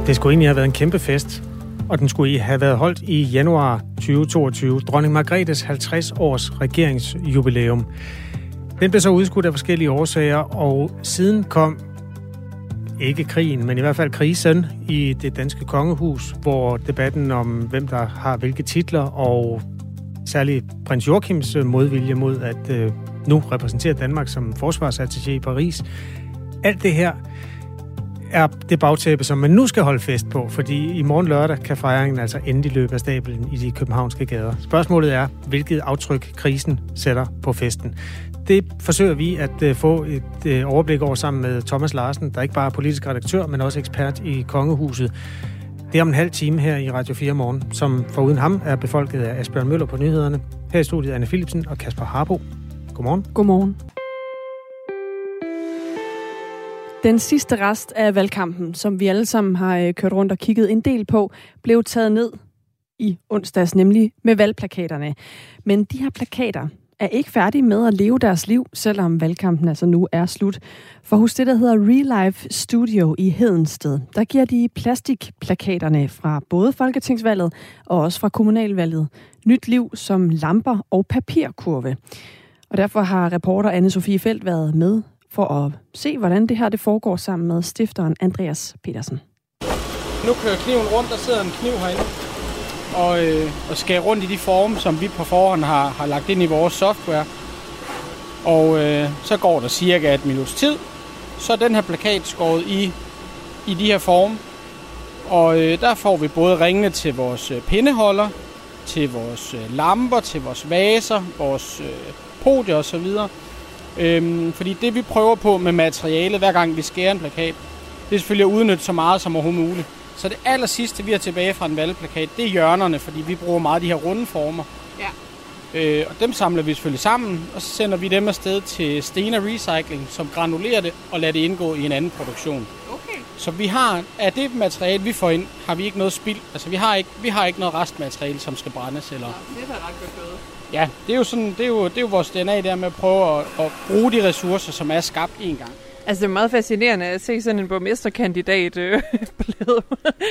Det skulle egentlig have været en kæmpe fest, og den skulle have været holdt i januar 2022, dronning Margrethes 50-års regeringsjubilæum. Den blev så udskudt af forskellige årsager, og siden kom ikke krigen, men i hvert fald krisen i det danske kongehus, hvor debatten om, hvem der har hvilke titler, og særligt prins Joachims modvilje mod at nu repræsentere Danmark som forsvarsattaché i Paris. Alt det her er det bagtæppe, som man nu skal holde fest på, fordi i morgen lørdag kan fejringen altså endelig løbe af stablen i de københavnske gader. Spørgsmålet er, hvilket aftryk krisen sætter på festen. Det forsøger vi at få et overblik over sammen med Thomas Larsen, der ikke bare er politisk redaktør, men også ekspert i kongehuset. Det er om en halv time her i Radio 4 Morgen, som foruden ham er befolket af Asbjørn Møller på nyhederne. Her i studiet Anne Philipsen og Kasper Harbo. Godmorgen. Godmorgen. Den sidste rest af valgkampen, som vi alle sammen har kørt rundt og kigget en del på, blev taget ned i onsdags, nemlig med valgplakaterne. Men de her plakater er ikke færdige med at leve deres liv, selvom valgkampen altså nu er slut. For hos det, der hedder Real Life Studio i Hedensted, der giver de plastikplakaterne fra både folketingsvalget og også fra kommunalvalget nyt liv som lamper og papirkurve. Og derfor har reporter Anne-Sophie Feldt været med for at se, hvordan det her det foregår sammen med stifteren Andreas Petersen. Nu kører kniven rundt, der sidder en kniv herinde og skærer rundt i de former, som vi på forhånd har lagt ind i vores software. Og så går der cirka et minuts tid, så er den her plakat skåret i de her former. Og der får vi både ringene til vores pindeholder, til vores lamper, til vores vaser, vores podier osv. Fordi det vi prøver på med materialet, hver gang vi skærer en plakat, det er selvfølgelig at udnytte så meget som overhovedet muligt. Så det aller sidste, vi har tilbage fra en valgplakat, det er hjørnerne, fordi vi bruger meget de her runde former. Ja. Og dem samler vi selvfølgelig sammen, og så sender vi dem afsted til Stena Recycling, som granulerer det og lader det indgå i en anden produktion. Okay. Så vi har, af det materiale, vi får ind, har vi ikke noget spild. Altså vi har ikke noget restmateriale, som skal brændes. Eller... Ja, det er ret godt gået. Ja, det er jo sådan, det er jo vores DNA der med at prøve at bruge de ressourcer, som er skabt én gang. Altså, det er meget fascinerende at se sådan en borgmesterkandidat blevet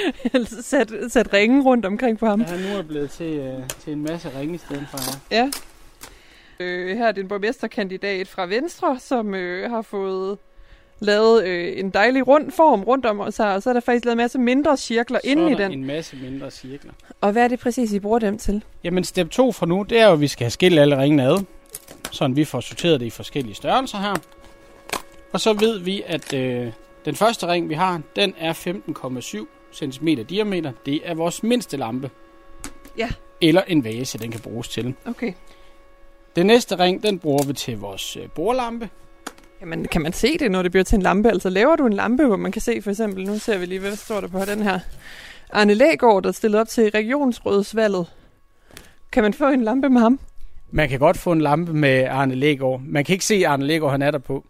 sat ringen rundt omkring på ham. Ja, nu er blevet til en masse ringe i stedet for. Ja. Her er det en borgmesterkandidat fra Venstre, som har fået lavet en dejlig rund form rundt om os her, og så er der faktisk lavet en masse mindre cirkler inde i den. En masse mindre cirkler. Og hvad er det præcis, I bruger dem til? Jamen, step 2 fra nu, det er jo, at vi skal have skilt alle ringene ad, sådan vi får sorteret det i forskellige størrelser her. Og så ved vi, at den første ring, vi har, den er 15,7 cm diameter. Det er vores mindste lampe. Ja. Eller en vase, den kan bruges til. Okay. Den næste ring, den bruger vi til vores bordlampe. Jamen, kan man se det, når det bliver til en lampe? Altså, laver du en lampe, hvor man kan se, for eksempel, nu ser vi lige, hvad står der på den her. Arne Lægaard, der er stillet op til regionsrådsvalget. Kan man få en lampe med ham? Man kan godt få en lampe med Arne Lægaard. Man kan ikke se Arne Lægaard, han er der på.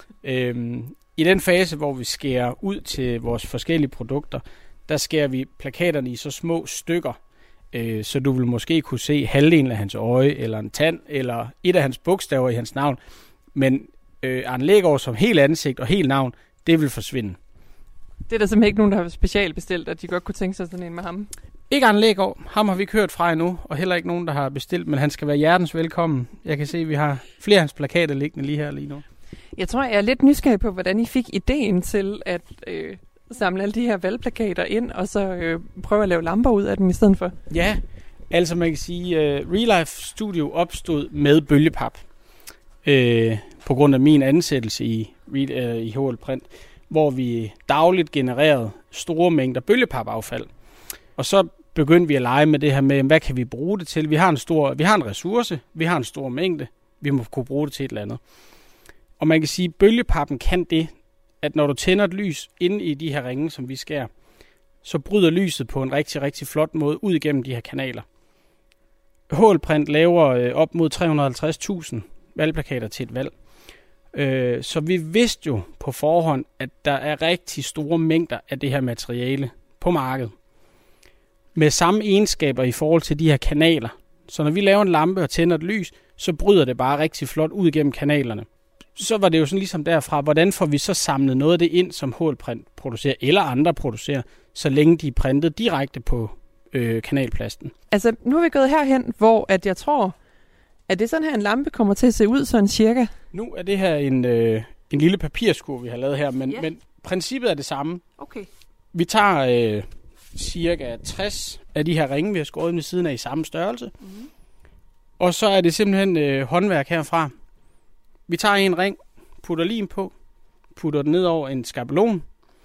I den fase, hvor vi skærer ud til vores forskellige produkter, der skærer vi plakaterne i så små stykker, så du vil måske kunne se halvdelen af hans øje, eller en tand, eller et af hans bogstaver i hans navn. Men Arne Lægaard som helt ansigt og helt navn, det vil forsvinde. Det er der simpelthen ikke nogen, der har specialbestilt, at de godt kunne tænke sig sådan en med ham? Ikke Arne Lægaard. Ham har vi kørt fra endnu, og heller ikke nogen, der har bestilt, men han skal være hjertens velkommen. Jeg kan se, at vi har flere af hans plakater liggende lige nu. Jeg tror, jeg er lidt nysgerrig på, hvordan I fik ideen til at samle alle de her valgplakater ind, og så prøve at lave lamper ud af dem i stedet for. Ja, altså man kan sige, Real Life Studio opstod med bølgepap. På grund af min ansættelse i HL Print, hvor vi dagligt genererede store mængder bølgepapaffald. Og så begyndte vi at lege med det her med, hvad kan vi bruge det til? Vi har en ressource, vi har en stor mængde, vi må kunne bruge det til et eller andet. Og man kan sige, at bølgepappen kan det, at når du tænder et lys inde i de her ringe, som vi skærer, så bryder lyset på en rigtig, rigtig flot måde ud igennem de her kanaler. HL Print laver op mod 350.000 valgplakater til et valg. Så vi vidste jo på forhånd, at der er rigtig store mængder af det her materiale på markedet. Med samme egenskaber i forhold til de her kanaler. Så når vi laver en lampe og tænder et lys, så bryder det bare rigtig flot ud igennem kanalerne. så var det jo sådan ligesom derfra, hvordan får vi så samlet noget af det ind, som HL-print producerer, eller andre producerer, så længe de er printet direkte på kanalplasten. Altså, nu er vi gået herhen, hvor at jeg tror, at det sådan her en lampe kommer til at se ud sådan cirka. Nu er det her en lille papirskur, vi har lavet her, men princippet er det samme. Okay. Vi tager cirka 60 af de her ringe, vi har skåret ind ved siden af i samme størrelse. Mm-hmm. Og så er det simpelthen håndværk herfra. Vi tager en ring, putter lim på, putter den ned over en skabelon,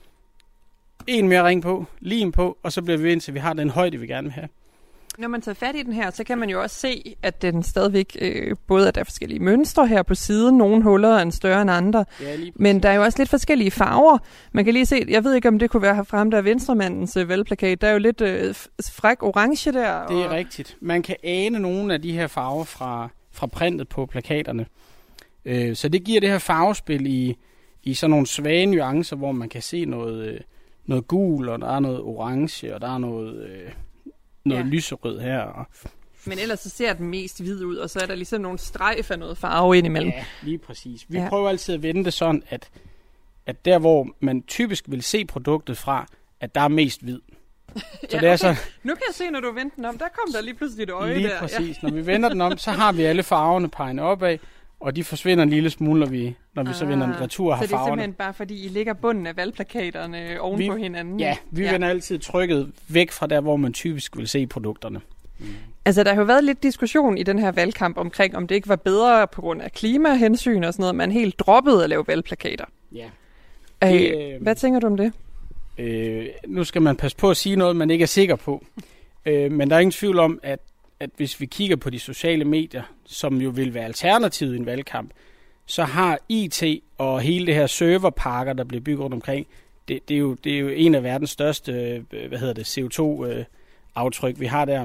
en mere ring på, lim på, og så bliver vi ind til, vi har den højde, vi gerne vil have. Når man tager fat i den her, så kan man jo også se, at den stadigvæk både er der forskellige mønstre her på siden. Nogle huller er større end andre. Ja, men der er jo også lidt forskellige farver. Man kan lige se, jeg ved ikke, om det kunne være frem, der er venstremandens valgplakat. Der er jo lidt fræk orange der. Det er rigtigt. Man kan ane nogle af de her farver fra printet på plakaterne. Så det giver det her farvespil i sådan nogle svage nuancer, hvor man kan se noget gul, og der er noget orange, og der er noget lyserød her. Men ellers så ser den mest hvid ud, og så er der ligesom nogle strejf af noget farve indimellem. Ja, lige præcis. Vi prøver altid at vende det sådan, at der, hvor man typisk vil se produktet fra, at der er mest hvid. Så det er så... Nu kan jeg se, når du vender den om, der kom der lige pludselig et øje lige der. Lige præcis. Ja. Når vi vender den om, så har vi alle farverne pegnet opad, og de forsvinder en lille smule, når vi så vender den retur og har farverne. Så det er simpelthen bare, fordi I ligger bunden af valgplakaterne oven på hinanden? Ja, vi vender altid trykket væk fra der, hvor man typisk vil se produkterne. Altså, der har jo været lidt diskussion i den her valgkamp omkring, om det ikke var bedre på grund af klimahensyn og sådan noget, man helt droppede at lave valgplakater. Ja. Hvad tænker du om det? Nu skal man passe på at sige noget, man ikke er sikker på. Men der er ingen tvivl om, at hvis vi kigger på de sociale medier, som jo vil være alternativet i en valgkamp, så har IT og hele det her serverparker, der bliver bygget rundt omkring, det er jo en af verdens største CO2-aftryk, vi har der.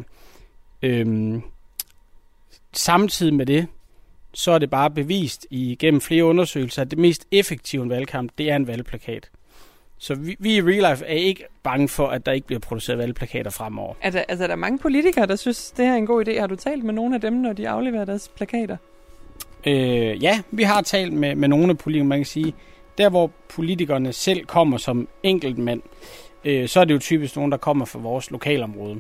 Samtidig med det, så er det bare bevist gennem flere undersøgelser, at det mest effektive en valgkamp, det er en valgplakat. Så vi i Real Life er ikke bange for, at der ikke bliver produceret valgplakater fremover. Er der mange politikere, der synes, det her er en god idé? Har du talt med nogle af dem, når de afleverer deres plakater? Ja, vi har talt med nogle af politikere, man kan sige. Der, hvor politikerne selv kommer som enkeltmænd, så er det jo typisk nogen, der kommer fra vores lokalområde.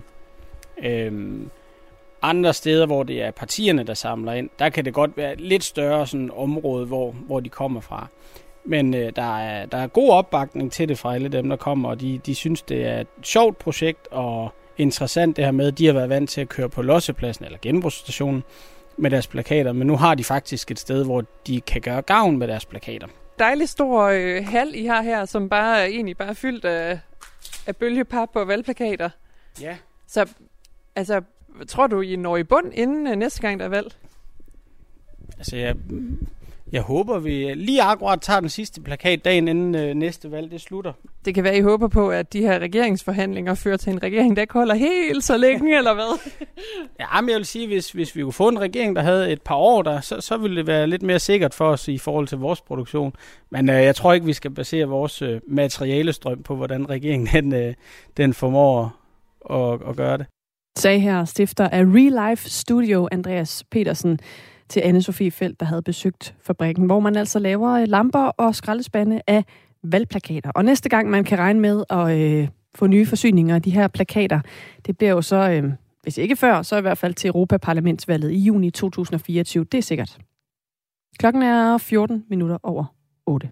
Andre steder, hvor det er partierne, der samler ind, der kan det godt være et lidt større sådan område, hvor de kommer fra. Men der er god opbakning til det fra alle dem, der kommer, og de synes, det er et sjovt projekt og interessant det her med, at de har været vant til at køre på lossepladsen eller genbrugsstationen med deres plakater, men nu har de faktisk et sted, hvor de kan gøre gavn med deres plakater. Dejlig stor hal, I har her, som egentlig bare er fyldt af bølgepap og valgplakater. Ja. Så altså, tror du, I når i bund inden næste gang, der er valg? Altså, jeg håber, vi lige akkurat tager den sidste plakat dagen inden næste valg, det slutter. Det kan være, I håber på, at de her regeringsforhandlinger fører til en regering, der ikke holder helt så længe, eller hvad? Ja, men jeg vil sige, hvis vi kunne få en regering, der havde et par år der, så ville det være lidt mere sikkert for os i forhold til vores produktion. Men jeg tror ikke, vi skal basere vores materialestrøm på, hvordan regeringen den formår at gøre det. Sagde her stifter af Real Life Studio, Andreas Petersen, til Anne-Sophie Felt, der havde besøgt fabrikken, hvor man altså laver lamper og skraldespande af valgplakater. Og næste gang, man kan regne med at få nye forsyninger af de her plakater, det bliver jo så, hvis ikke før, så i hvert fald til Europaparlamentsvalget i juni 2024. Det er sikkert. Klokken er 14 minutter over 8.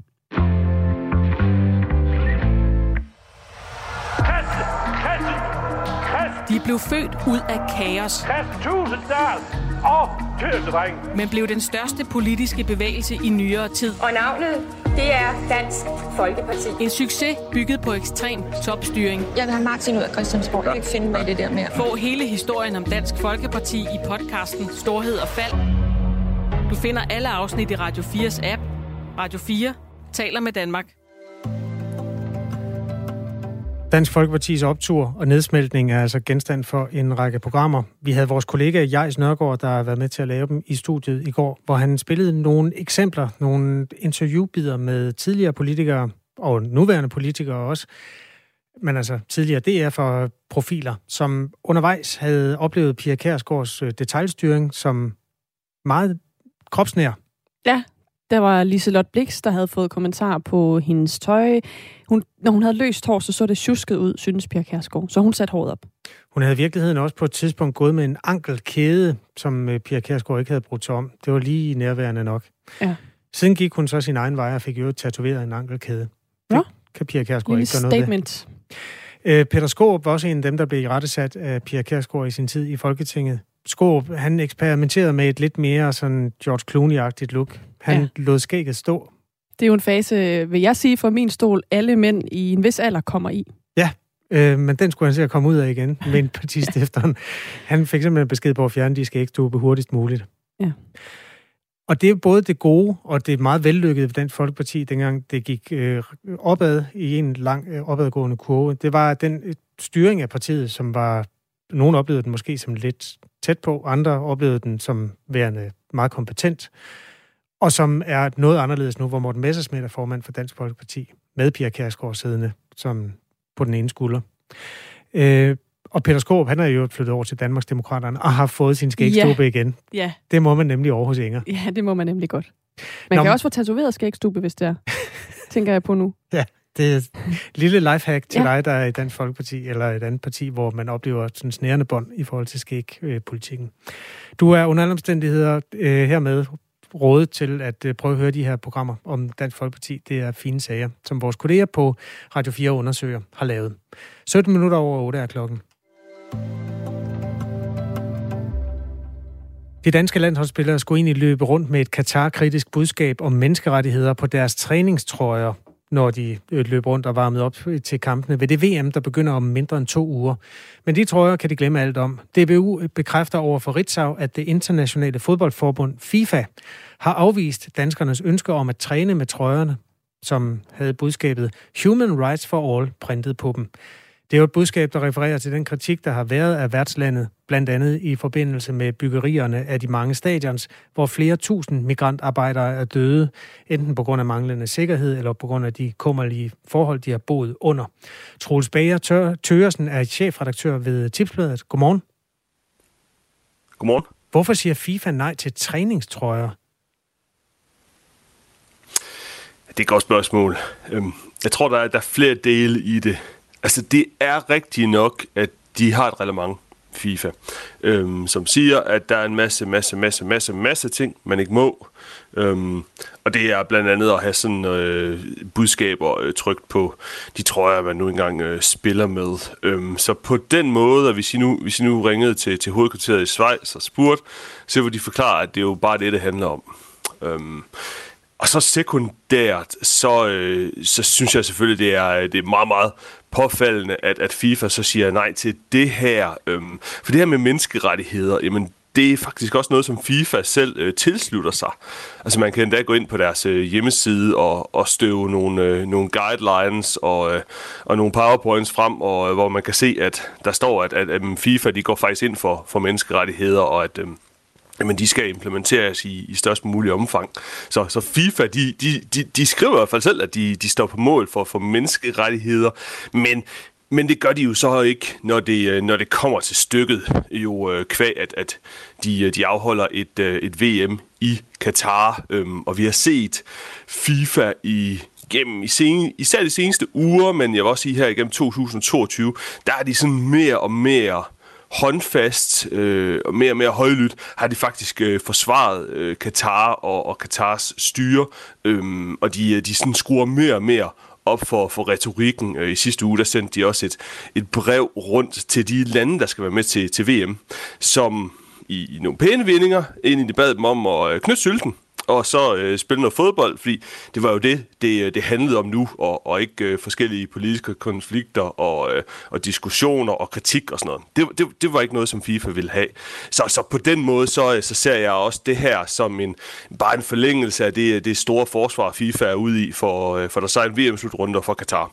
De blev født ud af kaos. Men blev den største politiske bevægelse i nyere tid. Og navnet, det er Dansk Folkeparti. En succes bygget på ekstrem topstyring. Jeg vil have Martin ud af Christiansborg. Jeg kan ikke finde mig i det der mere. Få hele historien om Dansk Folkeparti i podcasten Storhed og Fald. Du finder alle afsnit i Radio 4's app. Radio 4 taler med Danmark. Dansk Folkepartis optur og nedsmeltning er altså genstand for en række programmer. Vi havde vores kollega Jais Nørgaard, der har været med til at lave dem i studiet i går, hvor han spillede nogle eksempler, nogle interviewbider med tidligere politikere og nuværende politikere også, men altså tidligere DR-profiler, som undervejs havde oplevet Pia Kjærsgaards detailstyring som meget kropsnær. Ja, Der var Liselott Blixt, der havde fået kommentarer på hendes tøj. Når hun havde løst hår, så det sjusket ud, synes Pia Kjærsgaard. Så hun satte håret op. Hun havde i virkeligheden også på et tidspunkt gået med en ankelkæde, som Pia Kjærsgaard ikke havde brugt sig om. Det var lige nærværende nok. Ja. Siden gik hun så sin egen vej og fik jo tatoveret en ankelkæde. Det kan Pia Kjærsgaard ikke gøre noget statement. Peter Skaarup var også en af dem, der blev irettesat af Pia Kjærsgaard i sin tid i Folketinget. Skaarup, han eksperimenterede med et lidt mere sådan George Clooney-agtigt look. Han lod skægget stå. Det er jo en fase, vil jeg sige, fra min stol, alle mænd i en vis alder kommer i. Ja, men den skulle han se at komme ud af igen, med partistifteren. Han fik simpelthen besked på at fjerne de skægstube hurtigst muligt. Ja. Og det er både det gode og det meget vellykkede ved Dansk Folkeparti, dengang det gik opad i en lang opadgående kurve. Det var den styring af partiet, som var... Nogle oplevede den måske som lidt tæt på, andre oplevede den som værende meget kompetent, og som er noget anderledes nu, hvor Morten Messerschmidt er formand for Dansk Folkeparti, med Pia Kjærsgaard siddende som på den ene skulder. Og Peter Skaarup, han er jo flyttet over til Danmarksdemokraterne og har fået sin skægstube igen. Ja. Det må man nemlig over hos Inger. Ja, det må man nemlig godt. Man kan også få tatoveret skægstube, hvis det er. Tænker jeg på nu. Ja, det er et lille lifehack til dig, der er i Dansk Folkeparti eller et andet parti, hvor man oplever sådan snærende bånd i forhold til skægpolitikken. Du er under alle omstændigheder hermed rådet til at prøve at høre de her programmer om Dansk Folkeparti. Det er fine sager, som vores kolleger på Radio 4 undersøger har lavet. 17 minutter over 8 er klokken. De danske landsholdsspillere skulle egentlig løbe rundt med et Katar-kritisk budskab om menneskerettigheder på deres træningstrøjer, når de løb rundt og varmede op til kampene ved det VM, der begynder om mindre end 2 uger. Men de trøjer kan de glemme alt om. DBU bekræfter over for Ritzau, at det internationale fodboldforbund FIFA har afvist danskernes ønske om at træne med trøjerne, som havde budskabet Human Rights for All printet på dem. Det er jo et budskab, der refererer til den kritik, der har været af værtslandet, blandt andet i forbindelse med byggerierne af de mange stadions, hvor flere tusind migrantarbejdere er døde, enten på grund af manglende sikkerhed eller på grund af de kummerlige forhold, de har boet under. Troels Bager Thøgersen er chefredaktør ved Tipsbladet. Godmorgen. Godmorgen. Hvorfor siger FIFA nej til træningstrøjer? Det er et godt spørgsmål. Jeg tror, der er flere dele i det. Altså, det er rigtigt nok, at de har et reglement, FIFA, som siger, at der er en masse ting, man ikke må. Og det er blandt andet at have sådan budskaber trykt på de trøjer, man nu engang spiller med. Så på den måde, at hvis I nu ringede til hovedkvarteret i Schweiz og spurgte, så vil de forklare, at det er jo bare det handler om. Og så sekundært, så synes jeg selvfølgelig, det er meget, meget påfaldende, at FIFA så siger nej til det her. For det her med menneskerettigheder, jamen, det er faktisk også noget, som FIFA selv tilslutter sig. Altså man kan endda gå ind på deres hjemmeside og støve nogle guidelines og nogle powerpoints frem, og hvor man kan se, at der står, at FIFA de går faktisk ind for menneskerettigheder, og at jamen, de skal implementeres i størst mulig omfang. Så FIFA, de skriver i hvert fald selv, at de står på mål for menneskerettigheder, men det gør de jo så ikke, når det kommer til stykket, jo kvæg, at de afholder et VM i Katar, og vi har set FIFA især de seneste uger, men jeg vil også sige her igennem 2022, der er de sådan mere og mere håndfast og mere højlydt, har de faktisk forsvaret Katar og Katars styre, og de sådan skruer mere og mere op for retorikken. I sidste uge, der sendte de også et brev rundt til de lande, der skal være med til VM, som i nogle pæne vendinger, egentlig de bad dem om at knytte sylten, og så spille noget fodbold, fordi det var jo det handlede om nu, og ikke forskellige politiske konflikter og diskussioner og kritik og sådan noget. Det var ikke noget, som FIFA ville have. Så på den måde, så ser jeg også det her som bare en forlængelse af det store forsvar, FIFA er ude i for der så en VM-slutrunder for Katar.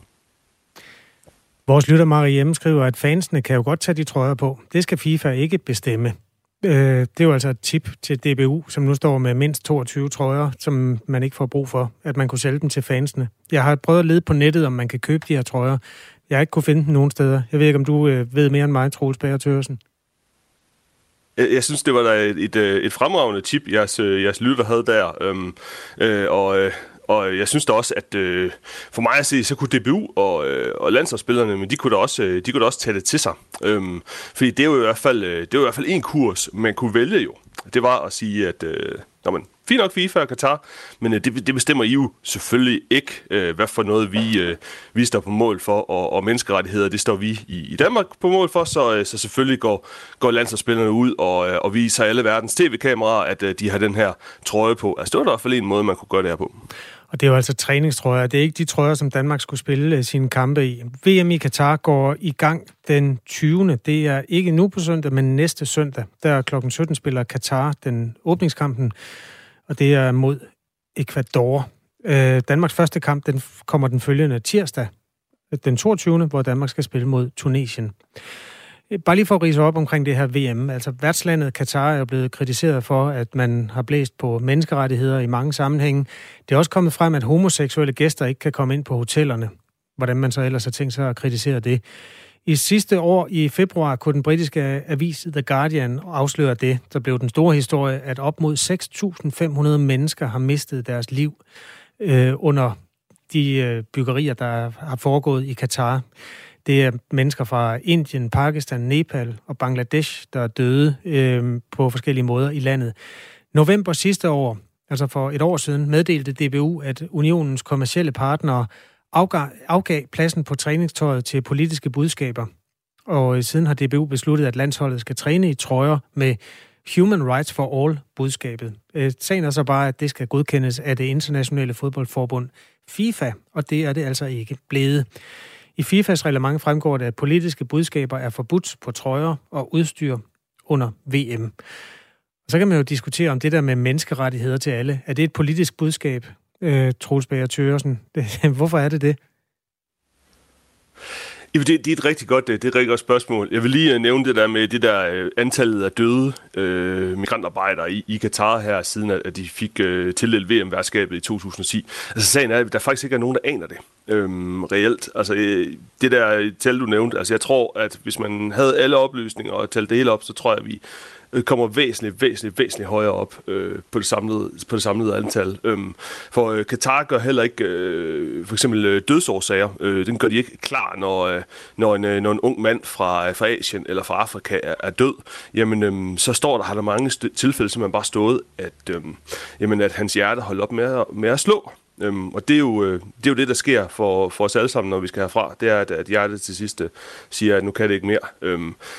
Vores lytter Marie Hjemme skriver, at fansene kan jo godt tage de trøjer på. Det skal FIFA ikke bestemme. Det er jo altså et tip til DBU, som nu står med mindst 22 trøjer, som man ikke får brug for, at man kunne sælge dem til fansene. Jeg har prøvet at lede på nettet, om man kan købe de her trøjer. Jeg har ikke kunne finde dem nogen steder. Jeg ved ikke, om du ved mere end mig, Troels Bager Thøgersen. Jeg synes, det var da et fremragende tip, jeres lytter havde der. Og jeg synes da også, at for mig at se, så kunne DBU og landsholdsspillerne, men de kunne da også tage det til sig. Fordi det er jo i hvert fald en kurs, man kunne vælge jo. Det var at sige, at fint nok FIFA og Katar, men det bestemmer I jo selvfølgelig ikke, hvad for noget vi står på mål for, og menneskerettigheder, det står vi i Danmark på mål for, så selvfølgelig går landsholdsspillerne ud og viser alle verdens tv-kameraer, at de har den her trøje på. Altså det var da i hvert fald en måde, man kunne gøre det her på. Og det er jo altså træningstrøjer. Det er ikke de trøjer, som Danmark skulle spille sine kampe i. VM i Katar går i gang den 20. Det er ikke nu på søndag, men næste søndag. Der kl. 17 spiller Katar den åbningskampen, og det er mod Ecuador. Danmarks første kamp den kommer den følgende tirsdag, den 22. hvor Danmark skal spille mod Tunesien. Bare lige for at ridse op omkring det her VM. Altså værtslandet Katar er blevet kritiseret for, at man har blæst på menneskerettigheder i mange sammenhænge. Det er også kommet frem, at homoseksuelle gæster ikke kan komme ind på hotellerne. Hvordan man så ellers har tænkt sig at kritisere det. I sidste år i februar kunne den britiske avis The Guardian afsløre det. Der blev den store historie, at op mod 6.500 mennesker har mistet deres liv under de byggerier, der har foregået i Katar. Det er mennesker fra Indien, Pakistan, Nepal og Bangladesh, der er døde på forskellige måder i landet. November sidste år, altså for et år siden, meddelte DBU, at unionens kommercielle partnere afgav pladsen på træningstøjet til politiske budskaber. Og siden har DBU besluttet, at landsholdet skal træne i trøjer med Human Rights for All budskabet. Sagen er så bare, at det skal godkendes af det internationale fodboldforbund FIFA, og det er det altså ikke blevet. I FIFAs reglement fremgår det, at politiske budskaber er forbudt på trøjer og udstyr under VM. Og så kan man jo diskutere om det der med menneskerettigheder til alle. Er det et politisk budskab, Troels Bager Thøgersen? Hvorfor er det det? Det er et rigtig godt spørgsmål. Jeg vil lige nævne det der med det der antallet af døde migrantarbejdere i Katar her, siden at de fik tildelt VM-værtskabet i 2010. Altså sagen er, at der faktisk ikke er nogen, der aner det reelt. Altså det der tal, du nævnte, altså jeg tror, at hvis man havde alle oplysninger og talte det hele op, så tror jeg, at vi kommer væsentligt højere op på det samlede antal. For Katar gør heller ikke for eksempel dødsårsager. Den gør de ikke klar, når en ung mand fra Asien eller fra Afrika er død. Jamen, så har der mange tilfælde, som man bare stået, at hans hjerte holder op med at slå. Og det er jo det, der sker for os alle sammen, når vi skal herfra. Det er, at hjertet til sidst siger, at nu kan det ikke mere.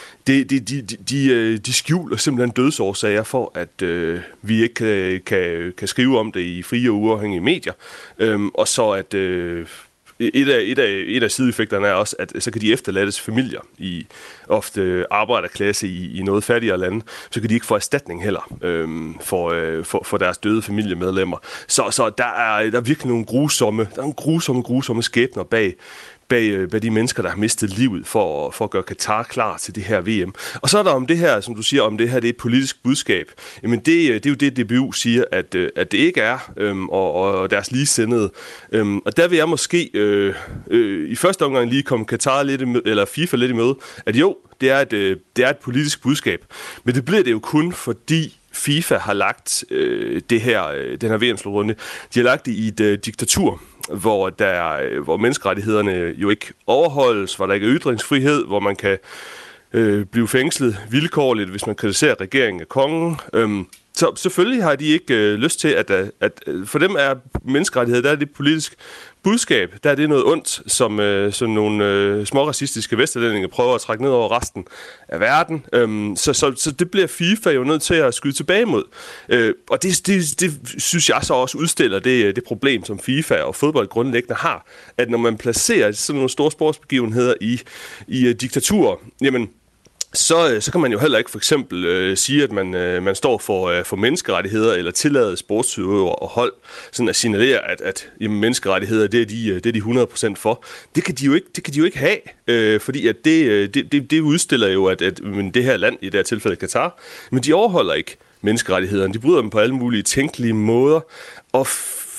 De skjuler simpelthen dødsårsager for, at vi ikke kan skrive om det i frie og uafhængige medier. Og så at et af sideeffekterne er også, at så kan de efterlattes familier i ofte arbejderklasse i noget fattigere lande, så kan de ikke få erstatning heller for deres døde familiemedlemmer. Så der er virkelig nogle grusomme skæbner bag de mennesker, der har mistet livet for at gøre Katar klar til det her VM. Og så er der om det her, som du siger, om det her det er et politisk budskab. Jamen det er jo det, DBU siger, at det ikke er, og deres ligesindede. Og der vil jeg måske i første omgang lige komme Katar lidt eller FIFA lidt i møde, at jo, det er et politisk budskab. Men det bliver det jo kun, fordi FIFA har lagt den her VM-slutrunde, de har lagt det i et diktatur, hvor menneskerettighederne jo ikke overholdes, hvor der ikke er ytringsfrihed, hvor man kan blive fængslet vilkårligt, hvis man kritiserer regeringen af kongen. Så selvfølgelig har de ikke lyst til, at for dem er menneskerettighed, der er det politisk budskab, der er det noget ondt, som nogle småracistiske vesterlændinge prøver at trække ned over resten af verden. Så det bliver FIFA jo nødt til at skyde tilbage mod. Og det synes jeg så også udstiller det problem, som FIFA og fodbold grundlæggende har, at når man placerer sådan nogle store sportsbegivenheder i diktaturer, jamen så kan man jo heller ikke for eksempel sige, at man står for menneskerettigheder eller tillade sportsudøvere og hold, sådan at signalere, at menneskerettigheder det er de 100% for. Det kan de jo ikke have, fordi at det udstiller jo, at det her land, i det her tilfælde Katar, men de overholder ikke menneskerettighederne. De bryder dem på alle mulige tænkelige måder, og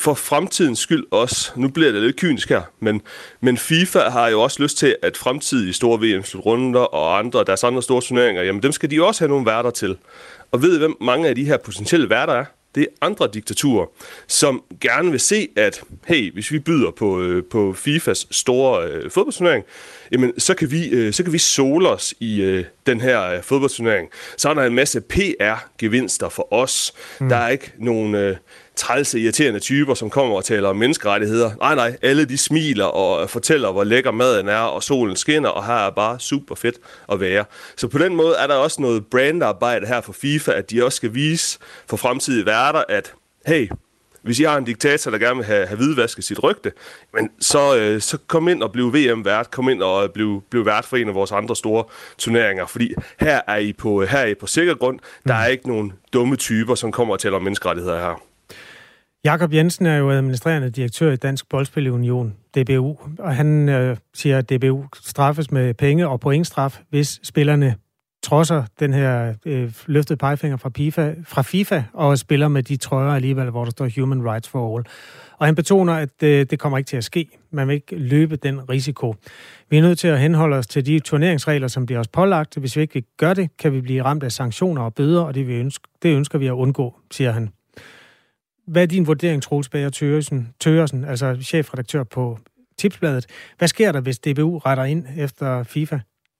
for fremtidens skyld også, nu bliver det lidt kynisk her, men FIFA har jo også lyst til, at fremtidige store VM-slutrunder og deres andre store turneringer, jamen dem skal de også have nogle værter til. Og ved I, hvem mange af de her potentielle værter er? Det er andre diktaturer, som gerne vil se, at hey, hvis vi byder på FIFAs store fodboldturnering, jamen, så kan vi sole os i den her fodboldturnering. Så er der en masse PR-gevinster for os. Der er ikke nogen trælse, irriterende typer, som kommer og taler om menneskerettigheder. Nej, alle de smiler og fortæller, hvor lækker maden er, og solen skinner, og her er bare super fedt at være. Så på den måde er der også noget brandarbejde her for FIFA, at de også skal vise for fremtidige værter, at hey, hvis I har en diktator, der gerne vil have hvidvasket sit rygte, men så kom ind og bliv VM-vært, kom ind og bliv vært for en af vores andre store turneringer, fordi her er I på sikker grund. Der er ikke nogen dumme typer, som kommer og taler om menneskerettigheder her. Jakob Jensen er jo administrerende direktør i Dansk Boldspilunion, DBU, og han siger, at DBU straffes med penge og pointstraf, hvis spillerne trodser den her løftede pegefinger fra FIFA og spiller med de trøjer alligevel, hvor der står Human Rights for All. Og han betoner, at det kommer ikke til at ske. Man vil ikke løbe den risiko. Vi er nødt til at henholde os til de turneringsregler, som bliver os pålagt. Hvis vi ikke gør det, kan vi blive ramt af sanktioner og bøder, og det ønsker vi at undgå, siger han. Hvad er din vurdering, Troels Bager Thøgersen, altså chefredaktør på Tipsbladet? Hvad sker der, hvis DBU retter ind efter FIFA?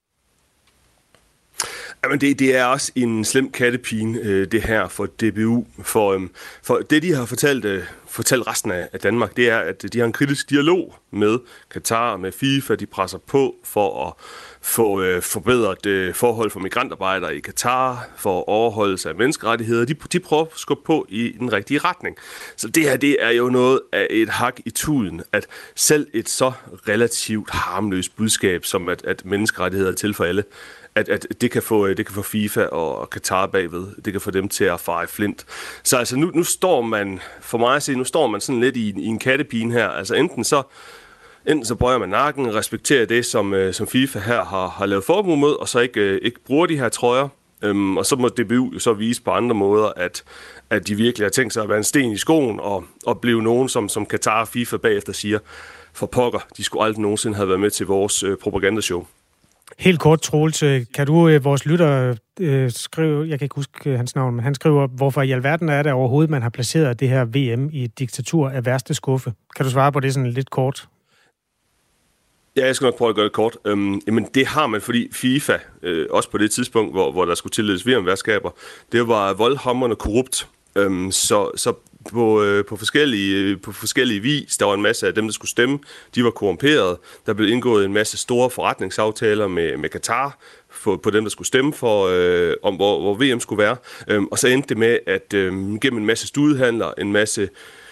Jamen det er også en slem kattepine, det her for DBU. For det, de har fortalt resten af Danmark, det er, at de har en kritisk dialog med Katar, med FIFA. De presser på for at få forbedret forhold for migrantarbejdere i Katar, for overholdelse af menneskerettigheder. De prøver at skubbe på i den rigtige retning. Så det her, det er jo noget af et hak i tuden, at selv et så relativt harmløst budskab, som at menneskerettigheder er til for alle, at det kan få FIFA og Katar bagved. Det kan få dem til at fare i flint. Så altså nu står man, for mig at se, sådan lidt i en kattepine her. Altså enten så bøjer man nakken og respekterer det, som FIFA her har lavet forbud mod, og så ikke bruger de her trøjer. Og så må DBU jo så vise på andre måder, at de virkelig har tænkt sig at være en sten i skoen og blive nogen, som Katar og FIFA bagefter siger, for pokker, de skulle aldrig nogensinde have været med til vores propagandashow. Helt kort, Troels, kan du vores lytter skrive, jeg kan ikke huske hans navn, men han skriver, hvorfor i alverden er det overhovedet, man har placeret det her VM i diktatur af værste skuffe? Kan du svare på det sådan lidt kort? Ja, jeg skal nok prøve at gøre det kort. Jamen, det har man, fordi FIFA, også på det tidspunkt, hvor der skulle tildeles VM-værtskaber, det var voldhamrende korrupt. Så på forskellige vis, der var en masse af dem, der skulle stemme, de var korrumperede. Der blev indgået en masse store forretningsaftaler med Katar på dem, der skulle stemme for, om hvor VM skulle være. Og så endte det med, at gennem en masse studehandler, en masse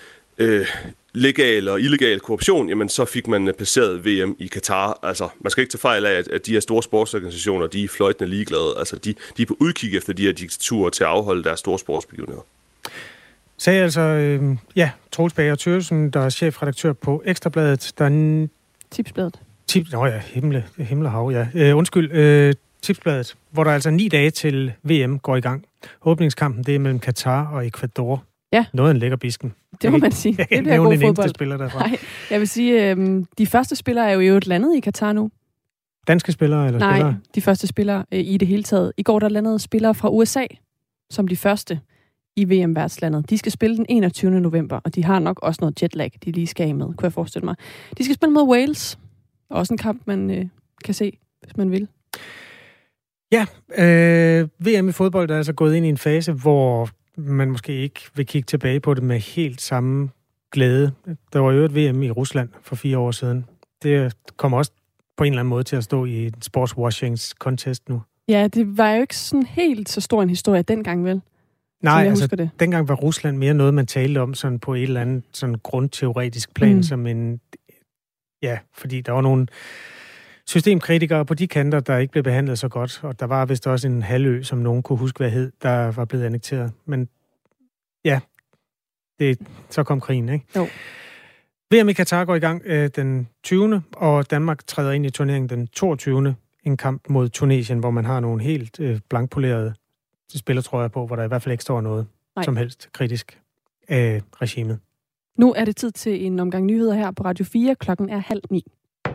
legal og illegal korruption, jamen så fik man placeret VM i Katar. Altså, man skal ikke tage fejl af, at de her store sportsorganisationer, de er fløjtende ligeglade. Altså, de er på udkig efter de her diktaturer til at afholde deres store sportsbegivenheder. Sagde altså, Troels Bager Thøgersen, der er chefredaktør på Ekstrabladet, der er Tipsbladet. Himmelhav, ja. Tipsbladet, hvor der er altså 9 dage til VM går i gang. Åbningskampen, det er mellem Katar og Ecuador. Ja. Noget af en lækker bisken. Det må man sige. Jeg det bliver god fodbold. Spiller derfra. Nej, jeg vil sige, de første spillere er jo et landet i Katar nu. Danske spillere eller spillere? Nej, de første spillere i det hele taget. I går der landede spillere fra USA som de første i VM-værtslandet. De skal spille den 21. november, og de har nok også noget jetlag, de lige skal af med, kunne jeg forestille mig. De skal spille mod Wales. Også en kamp, man kan se, hvis man vil. Ja, VM i fodbold er altså gået ind i en fase, hvor man måske ikke vil kigge tilbage på det med helt samme glæde. Der var jo et VM i Rusland for 4 år siden. Det kommer også på en eller anden måde til at stå i en sportswashings contest nu. Ja, det var jo ikke sådan helt så stor en historie dengang, vel? Nej, altså dengang var Rusland mere noget, man talte om sådan på et eller andet sådan grundteoretisk plan, som en... Ja, fordi der var nogle systemkritikere på de kanter, der ikke blev behandlet så godt, og der var vist også en halvø, som nogen kunne huske, hvad hed, der var blevet annekteret. Men ja, så kom krigen, ikke? Jo. VM i Katar går i gang den 20. og Danmark træder ind i turneringen den 22. En kamp mod Tunesien, hvor man har nogle helt blankpolerede spillertrøjer på, hvor der i hvert fald ikke står noget som helst kritisk af regimet. Nu er det tid til en omgang nyheder her på Radio 4. Klokken er 8:30.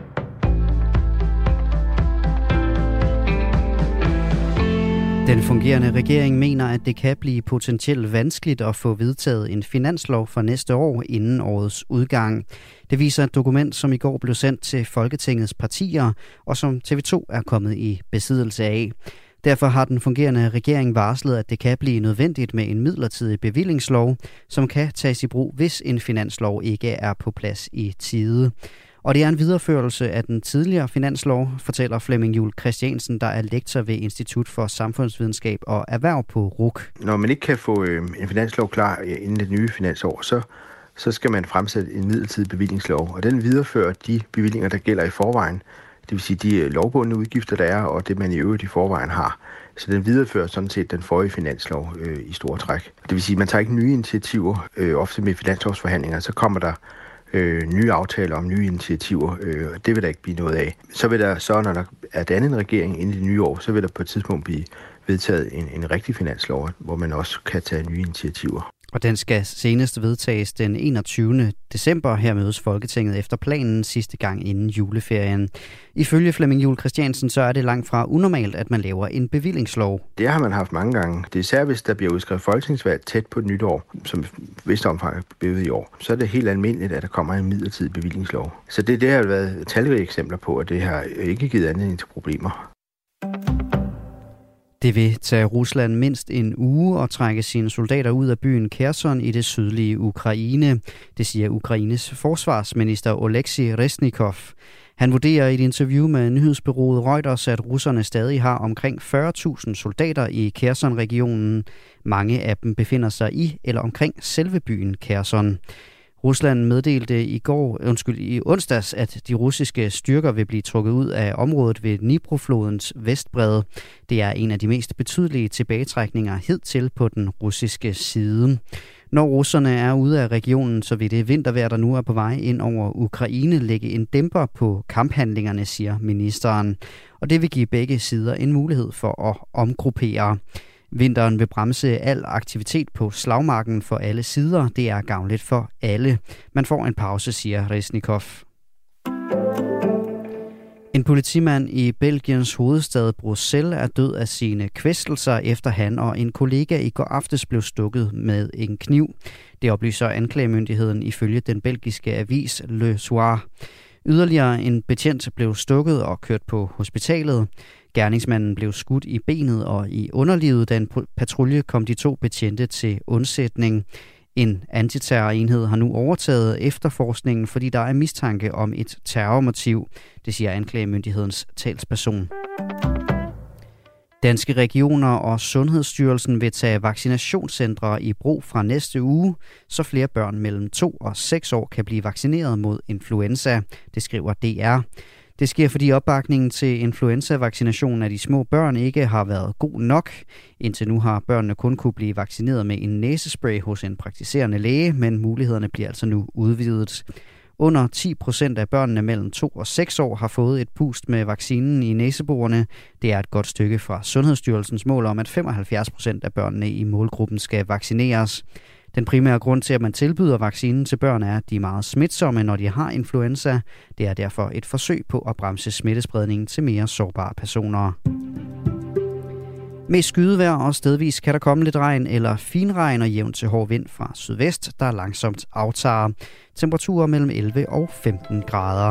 Den fungerende regering mener, at det kan blive potentielt vanskeligt at få vedtaget en finanslov for næste år inden årets udgang. Det viser et dokument, som i går blev sendt til Folketingets partier, og som TV2 er kommet i besiddelse af. Derfor har den fungerende regering varslet, at det kan blive nødvendigt med en midlertidig bevillingslov, som kan tages i brug, hvis en finanslov ikke er på plads i tide. Og det er en videreførelse af den tidligere finanslov, fortæller Flemming Juhl Christiansen, der er lektor ved Institut for Samfundsvidenskab og Erhverv på RUC. Når man ikke kan få en finanslov klar inden det nye finansår, så skal man fremsætte en midlertidig bevillingslov, og den viderefører de bevillinger, der gælder i forvejen. Det vil sige de lovbundne udgifter, der er, og det man i øvrigt i forvejen har. Så den viderefører sådan set den forrige finanslov i store træk. Det vil sige, at man tager ikke nye initiativer. Ofte med finanslovsforhandlinger, så kommer der nye aftaler om nye initiativer. Det vil der ikke blive noget af. Så vil der så, når der er dannet en regering inden i det nye år, så vil der på et tidspunkt blive vedtaget en rigtig finanslov, hvor man også kan tage nye initiativer. Og den skal senest vedtages den 21. december. Her mødes Folketinget efter planen sidste gang inden juleferien. Ifølge Flemming Juhl Christiansen, så er det langt fra unormalt, at man laver en bevillingslov. Det har man haft mange gange. Det er især, hvis der bliver udskrevet folketingsvalg tæt på et nyt år, som vist omfang er blevet i år. Så er det helt almindeligt, at der kommer en midlertidig bevillingslov. Så det har været talrige eksempler på, at det har ikke givet anledning til problemer. Det vil tage Rusland mindst en uge at trække sine soldater ud af byen Kherson i det sydlige Ukraine. Det siger Ukraines forsvarsminister Oleksij Reznikov. Han vurderer i et interview med nyhedsbureauet Reuters, at russerne stadig har omkring 40.000 soldater i Kherson-regionen. Mange af dem befinder sig i eller omkring selve byen Kherson. Rusland meddelte i onsdags, at de russiske styrker vil blive trukket ud af området ved Dniproflodens vestbred. Det er en af de mest betydelige tilbagetrækninger hidtil på den russiske side. Når russerne er ude af regionen, så vil det vintervejr, der nu er på vej ind over Ukraine, lægge en dæmper på kamphandlingerne, siger ministeren. Og det vil give begge sider en mulighed for at omgruppere. Vinteren vil bremse al aktivitet på slagmarken for alle sider. Det er gavnligt for alle. Man får en pause, siger Reznikov. En politimand i Belgiens hovedstad Bruxelles er død af sine kvæstelser, efter han og en kollega i går aftes blev stukket med en kniv. Det oplyser anklagemyndigheden ifølge den belgiske avis Le Soir. Yderligere en betjent blev stukket og kørt på hospitalet. Gerningsmanden blev skudt i benet og i underlivet, da en patrulje kom de to betjente til undsætning. En antiterrorenhed har nu overtaget efterforskningen, fordi der er mistanke om et terrormotiv, det siger anklagemyndighedens talsperson. Danske regioner og Sundhedsstyrelsen vil tage vaccinationscentre i brug fra næste uge, så flere børn mellem 2 og 6 år kan blive vaccineret mod influenza, det skriver DR. Det sker, fordi opbakningen til influenza-vaccinationen af de små børn ikke har været god nok. Indtil nu har børnene kun kunne blive vaccineret med en næsespray hos en praktiserende læge, men mulighederne bliver altså nu udvidet. Under 10% af børnene mellem 2 og 6 år har fået et pust med vaccinen i næseborene. Det er et godt stykke fra Sundhedsstyrelsens mål om, at 75% af børnene i målgruppen skal vaccineres. Den primære grund til, at man tilbyder vaccinen til børn, er, at de er meget smitsomme, når de har influenza. Det er derfor et forsøg på at bremse smittespredningen til mere sårbare personer. Med skydevejr og stedvis kan der komme lidt regn eller finregn og jævn til hård vind fra sydvest, der langsomt aftager. Temperaturer mellem 11 og 15 grader.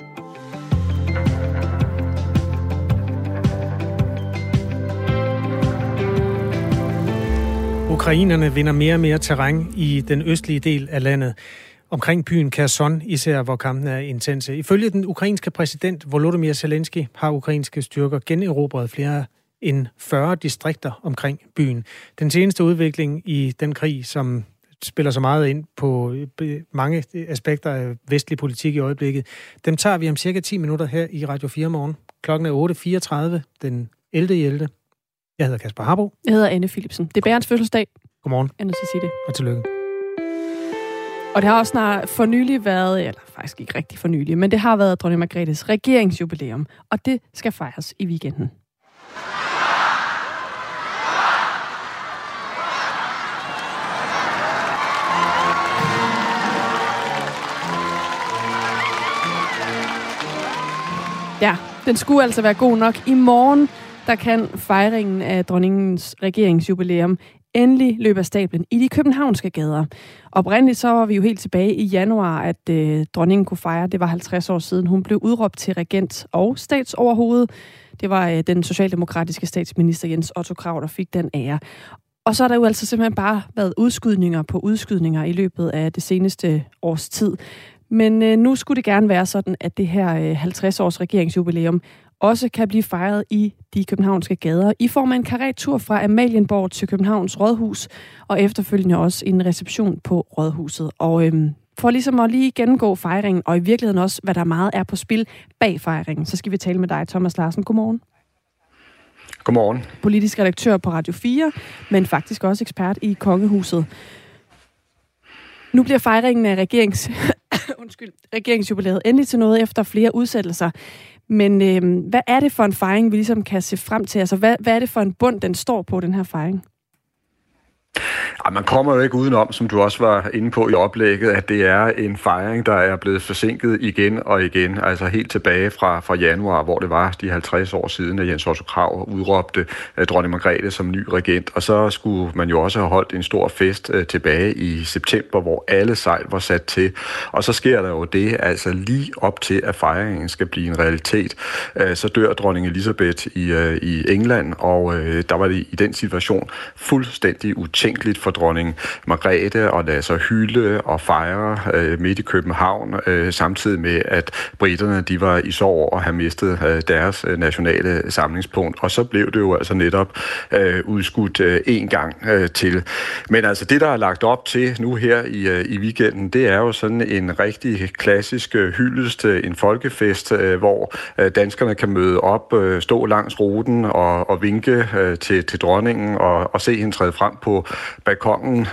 Ukrainerne vinder mere og mere terræn i den østlige del af landet, omkring byen Kherson, især hvor kampen er intense. Ifølge den ukrainske præsident Volodymyr Zelensky har ukrainske styrker generobret flere end 40 distrikter omkring byen. Den seneste udvikling i den krig, som spiller så meget ind på mange aspekter af vestlig politik i øjeblikket, dem tager vi om cirka 10 minutter her i Radio 4 morgen. Klokken er 8.34 den 11.11. Jeg hedder Kasper Harbo. Jeg hedder Anne Philipsen. Det er Bærens fødselsdag. Godmorgen. Jeg er nødt til at sige det. Og tillykke. Og det har også snart for nylig været, eller faktisk ikke rigtig for nylig, men det har været dronning Margrethes regeringsjubilæum, og det skal fejres i weekenden. Ja, den skulle altså være god nok. I morgen, der kan fejringen af dronningens regeringsjubilæum endelig løbe af stablen i de københavnske gader. Oprindeligt så var vi jo helt tilbage i januar, at dronningen kunne fejre. Det var 50 år siden, hun blev udråbt til regent og statsoverhoved. Det var den socialdemokratiske statsminister Jens Otto Krag, der fik den ære. Og så har der jo altså simpelthen bare været udskydninger på udskydninger i løbet af det seneste års tid. Men nu skulle det gerne være sådan, at det her 50-års regeringsjubilæum også kan blive fejret i de københavnske gader i form af en karettur fra Amalienborg til Københavns Rådhus, og efterfølgende også en reception på Rådhuset. Og for ligesom at lige gennemgå fejringen, og i virkeligheden også, hvad der meget er på spil bag fejringen, så skal vi tale med dig, Thomas Larsen. Godmorgen. Godmorgen. Politisk redaktør på Radio 4, men faktisk også ekspert i Kongehuset. Nu bliver fejringen af regeringsjubilæet endelig til noget efter flere udsættelser. Men hvad er det for en fejring, vi ligesom kan se frem til? Altså, hvad er det for en bund, den står på, den her fejring? Man kommer jo ikke udenom, som du også var inde på i oplægget, at det er en fejring, der er blevet forsinket igen og igen. Altså helt tilbage fra januar, hvor det var de 50 år siden, at Jens Otto Krag udråbte dronning Margrethe som ny regent. Og så skulle man jo også have holdt en stor fest tilbage i september, hvor alle sejl var sat til. Og så sker der jo det, altså lige op til, at fejringen skal blive en realitet. Så dør dronning Elizabeth i England, og der var det i den situation fuldstændig utænkeligt for dronning Margrethe og lade sig hylde og fejre midt i København, samtidig med, at briterne de var i sorg over at have mistet deres nationale samlingspunkt. Og så blev det jo altså netop udskudt en gang til. Men altså det, der er lagt op til nu her i weekenden, det er jo sådan en rigtig klassisk hyldest, en folkefest, hvor danskerne kan møde op, stå langs ruten og vinke til dronningen og se hende træde frem på balkongen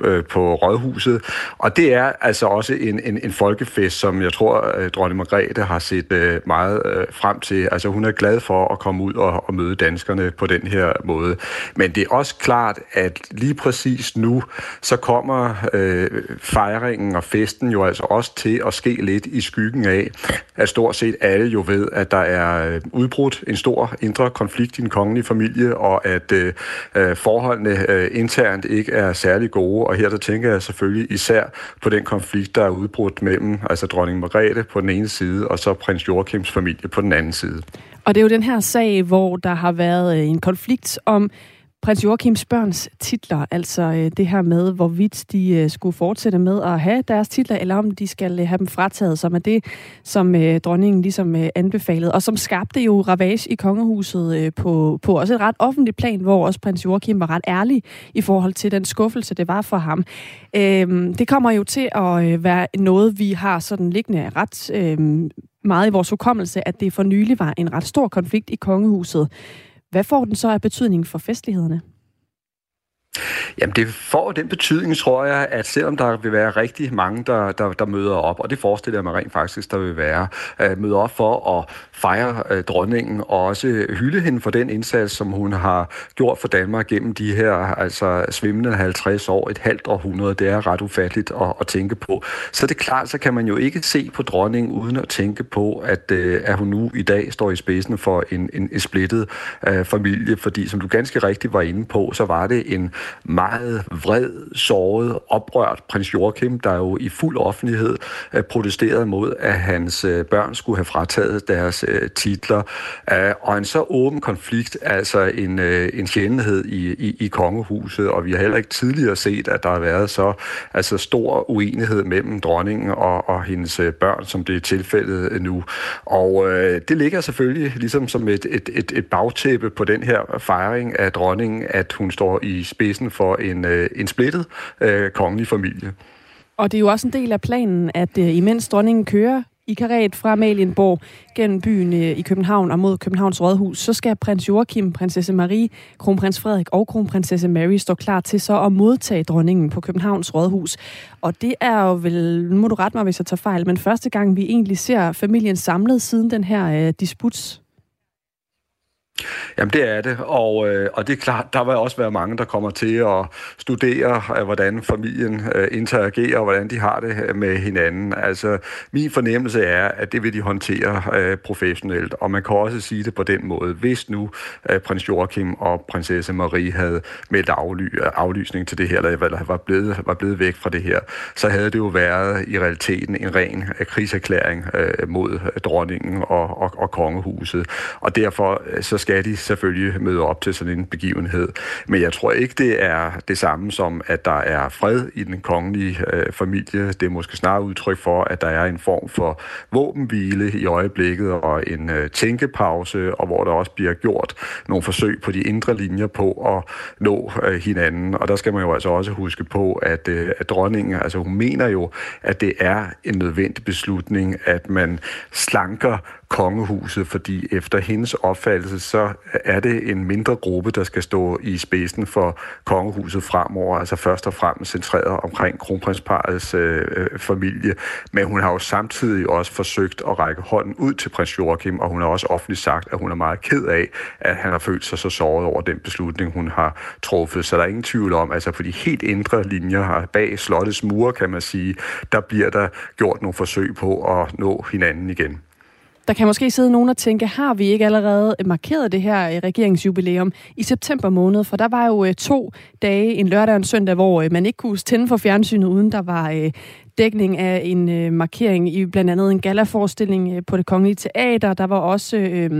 på Rådhuset. Og det er altså også en folkefest, som jeg tror, dronning Margrethe har set meget frem til. Altså hun er glad for at komme ud og møde danskerne på den her måde. Men det er også klart, at lige præcis nu, så kommer fejringen og festen jo altså også til at ske lidt i skyggen af, at stort set alle jo ved, at der er udbrudt en stor indre konflikt i den kongelige familie, og at forholdene internt ikke er særlig gode, og her der tænker jeg selvfølgelig især på den konflikt, der er udbrudt mellem altså dronning Margrethe på den ene side, og så prins Joachims familie på den anden side. Og det er jo den her sag, hvor der har været en konflikt om prins Joachims børns titler, altså det her med, hvorvidt de skulle fortsætte med at have deres titler, eller om de skal have dem frataget, som er det, som dronningen ligesom anbefalede, og som skabte jo ravage i kongehuset på også et ret offentligt plan, hvor også prins Joachim var ret ærlig i forhold til den skuffelse, det var for ham. Det kommer jo til at være noget, vi har sådan liggende ret meget i vores hukommelse, at det for nylig var en ret stor konflikt i kongehuset. Hvad får den så af betydning for festlighederne? Jamen det får den betydning, tror jeg, at selvom der vil være rigtig mange, der møder op, og det forestiller jeg mig rent faktisk, der vil være, møder op for at fejre dronningen og også hylde hende for den indsats, som hun har gjort for Danmark gennem de her altså svimlende 50 år, et halvt århundrede. Det er ret ufatteligt at tænke på. Så det er klart, så kan man jo ikke se på dronningen uden at tænke på, at hun nu i dag står i spidsen for en splittet familie, fordi som du ganske rigtigt var inde på, så var det en meget vred, såret, oprørt prins Joachim, der jo i fuld offentlighed protesterede mod, at hans børn skulle have frataget deres titler. Og en så åben konflikt, altså en sjældenhed i kongehuset, og vi har heller ikke tidligere set, at der har været så altså stor uenighed mellem dronningen og hendes børn, som det er tilfældet nu. Og det ligger selvfølgelig ligesom som et bagtæppe på den her fejring af dronningen, at hun står i spidsen for en splittet kongelig familie. Og det er jo også en del af planen, at imens dronningen kører i karet fra Amalienborg gennem byen i København og mod Københavns Rådhus, så skal prins Joachim, prinsesse Marie, kronprins Frederik og kronprinsesse Mary stå klar til så at modtage dronningen på Københavns Rådhus. Og det er jo vel, nu må du rette mig, hvis jeg tager fejl, men første gang vi egentlig ser familien samlet siden den her disputs. Jamen det er det, og det er klart, der vil også være mange, der kommer til at studere, hvordan familien interagerer, og hvordan de har det med hinanden. Altså min fornemmelse er, at det vil de håndtere professionelt, og man kan også sige det på den måde. Hvis nu prins Joachim og prinsesse Marie havde meldt aflysning til det her, eller var blevet væk fra det her, så havde det jo været i realiteten en ren krigserklæring mod dronningen og kongehuset, og derfor så skal de selvfølgelig møde op til sådan en begivenhed. Men jeg tror ikke, det er det samme som, at der er fred i den kongelige familie. Det er måske snarere udtryk for, at der er en form for våbenhvile i øjeblikket og en tænkepause, og hvor der også bliver gjort nogle forsøg på de indre linjer på at nå hinanden. Og der skal man jo altså også huske på, at dronningen, altså hun mener jo, at det er en nødvendig beslutning, at man slanker kongehuset, fordi efter hendes opfattelse, så er det en mindre gruppe, der skal stå i spidsen for kongehuset fremover, altså først og fremmest centreret omkring kronprinsparrets familie. Men hun har jo samtidig også forsøgt at række hånden ud til prins Joachim, og hun har også offentligt sagt, at hun er meget ked af, at han har følt sig så såret over den beslutning, hun har truffet. Så der er ingen tvivl om, altså på de helt indre linjer her bag slottets mure, kan man sige, der bliver der gjort nogle forsøg på at nå hinanden igen. Der kan måske sidde nogen og tænke, har vi ikke allerede markeret det her regeringsjubilæum i september måned? For der var jo 2 dage, en lørdag og en søndag, hvor man ikke kunne tænde for fjernsynet, uden der var dækning af en markering i blandt andet en gallaforestilling på Det Kongelige Teater. Der var også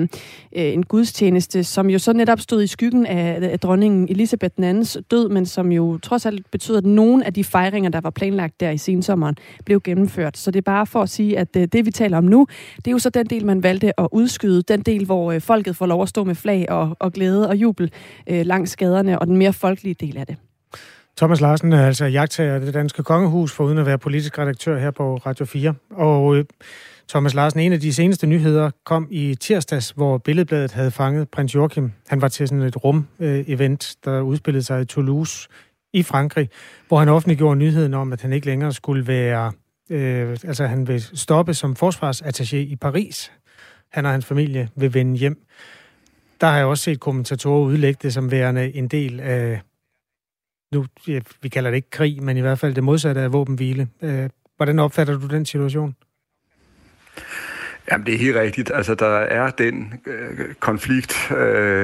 en gudstjeneste, som jo så netop stod i skyggen af dronningen Elisabeth II's død, men som jo trods alt betyder, at nogle af de fejringer, der var planlagt der i sensommeren, blev gennemført. Så det er bare for at sige, at det vi taler om nu, det er jo så den del, man valgte at udskyde. Den del, hvor folket får lov at stå med flag og glæde og jubel langs gaderne, og den mere folkelige del af det. Thomas Larsen er altså jagttager af det danske kongehus, foruden at være politisk redaktør her på Radio 4. Og Thomas Larsen, en af de seneste nyheder kom i tirsdags, hvor Billedbladet havde fanget prins Joachim. Han var til sådan et rum-event, der udspillede sig i Toulouse i Frankrig, hvor han offentliggjorde nyheden om, at han ikke længere skulle være, altså han vil stoppe som forsvarsattaché i Paris. Han og hans familie vil vende hjem. Der har jeg også set kommentatorer udlægge det som værende en del af, nu, vi kalder det ikke krig, men i hvert fald det modsatte af våbenhvile. Hvordan opfatter du den situation? Jamen, det er helt rigtigt. Altså, der er den konflikt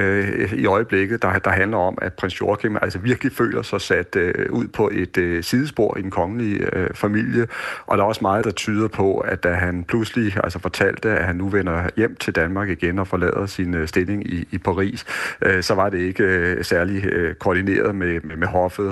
i øjeblikket, der handler om, at prins Joachim altså virkelig føler sig sat ud på et sidespor i den kongelige familie, og der er også meget, der tyder på, at da han pludselig fortalte, at han nu vender hjem til Danmark igen og forlader sin stilling i Paris, så var det ikke særlig koordineret med hoffet,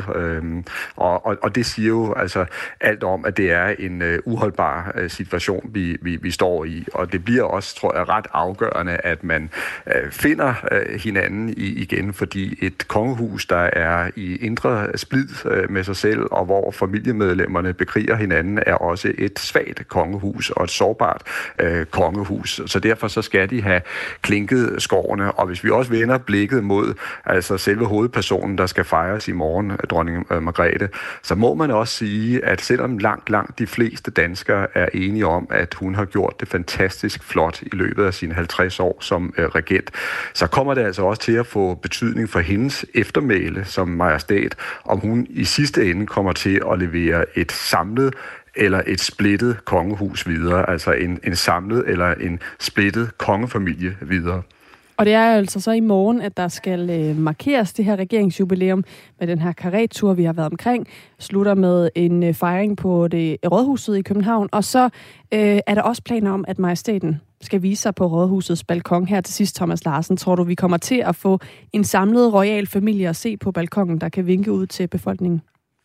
og det siger jo altså alt om, at det er en uholdbar situation, vi står i. Og det bliver også, tror jeg, ret afgørende, at man finder hinanden igen, fordi et kongehus, der er i indre splid med sig selv, og hvor familiemedlemmerne bekriger hinanden, er også et svagt kongehus og et sårbart kongehus. Så derfor så skal de have klinket skårene. Og hvis vi også vender blikket mod altså selve hovedpersonen, der skal fejres i morgen, dronning Margrethe, så må man også sige, at selvom langt de fleste danskere er enige om, at hun har gjort det fantastisk flot i løbet af sine 50 år som regent, så kommer det altså også til at få betydning for hendes eftermæle som majestæt, om hun i sidste ende kommer til at levere et samlet eller et splittet kongehus videre, altså en samlet eller en splittet kongefamilie videre. Og det er altså så i morgen, at der skal markeres det her regeringsjubilæum med den her karettur, vi har været omkring. Slutter med en fejring på det Rådhuset i København. Og så er der også planer om, at majestæten skal vise sig på Rådhusets balkon her til sidst, Thomas Larsen. Tror du, vi kommer til at få en samlet royal familie at se på balkonen, der kan vinke ud til befolkningen?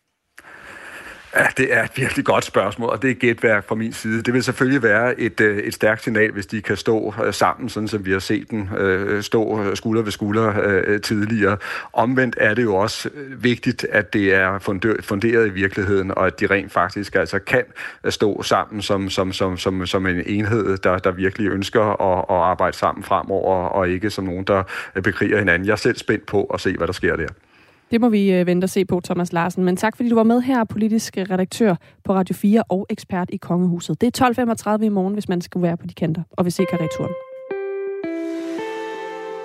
Ja, det er et virkelig godt spørgsmål, og det er gætværk fra min side. Det vil selvfølgelig være et stærkt signal, hvis de kan stå sammen, sådan som vi har set dem stå skulder ved skulder tidligere. Omvendt er det jo også vigtigt, at det er funderet i virkeligheden, og at de rent faktisk altså kan stå sammen som en enhed, der virkelig ønsker at arbejde sammen fremover, og ikke som nogen, der bekriger hinanden. Jeg er selv spændt på at se, hvad der sker der. Det må vi vente og se på, Thomas Larsen. Men tak, fordi du var med her, politisk redaktør på Radio 4 og ekspert i Kongehuset. Det er 12.35 i morgen, hvis man skulle være på de kanter og vil se karreturen.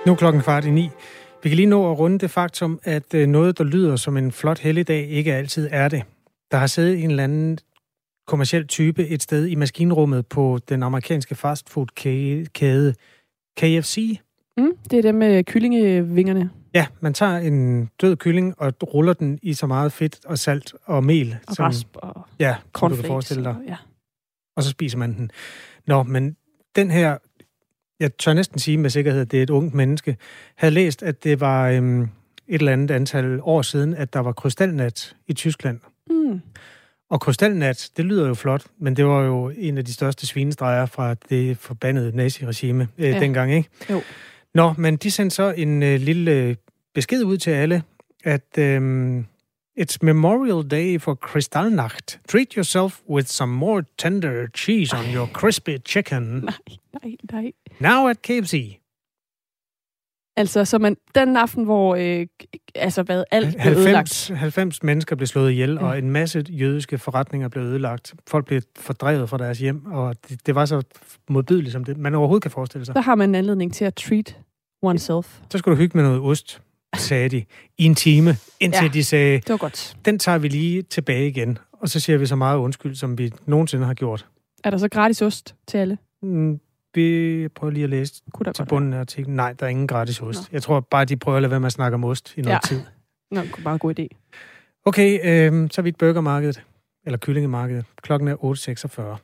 Nu 8:15. Vi kan lige nå at runde det faktum, at noget, der lyder som en flot helligdag, ikke altid er det. Der har siddet en eller anden kommerciel type et sted i maskinrummet på den amerikanske fastfood-kæde KFC. Det er dem med kyllingevingerne. Ja, man tager en død kylling og ruller den i så meget fedt og salt og mel. Og rasp og som du kan forestille dig. Ja. Og så spiser man den. Nå, men den her, jeg tør næsten sige med sikkerhed, at det er et ungt menneske, havde læst, at det var et eller andet antal år siden, at der var krystalnat i Tyskland. Og krystalnat, det lyder jo flot, men det var jo en af de største svinestreger fra det forbandede naziregime dengang, ikke? Jo. Nå, men de sendte så en lille besked ud til alle, at it's Memorial Day for Kristallnacht. Treat yourself with some more tender cheese on your crispy chicken. Nej. Now at KFC. Altså, så man den aften, hvor alt blev ødelagt. 90 mennesker blev slået ihjel, og en masse jødiske forretninger blev ødelagt. Folk blev fordrevet fra deres hjem, og det var så modbydeligt, som det man overhovedet kan forestille sig. Så har man en anledning til at treat oneself. Så skulle du hygge med noget ost, sagde de, i en time, indtil de sagde, det var godt. Den tager vi lige tilbage igen, og så siger vi så meget undskyld, som vi nogensinde har gjort. Er der så gratis ost til alle? Vi prøver lige at læse til bunden af artiklen. Nej, der er ingen gratis ost. Jeg tror bare, de prøver at lade være med at snakke om ost i noget tid. Nå, det kunne bare en god idé. Okay, så er vi et burgermarked, eller kyllingemarked. Klokken er 8:46.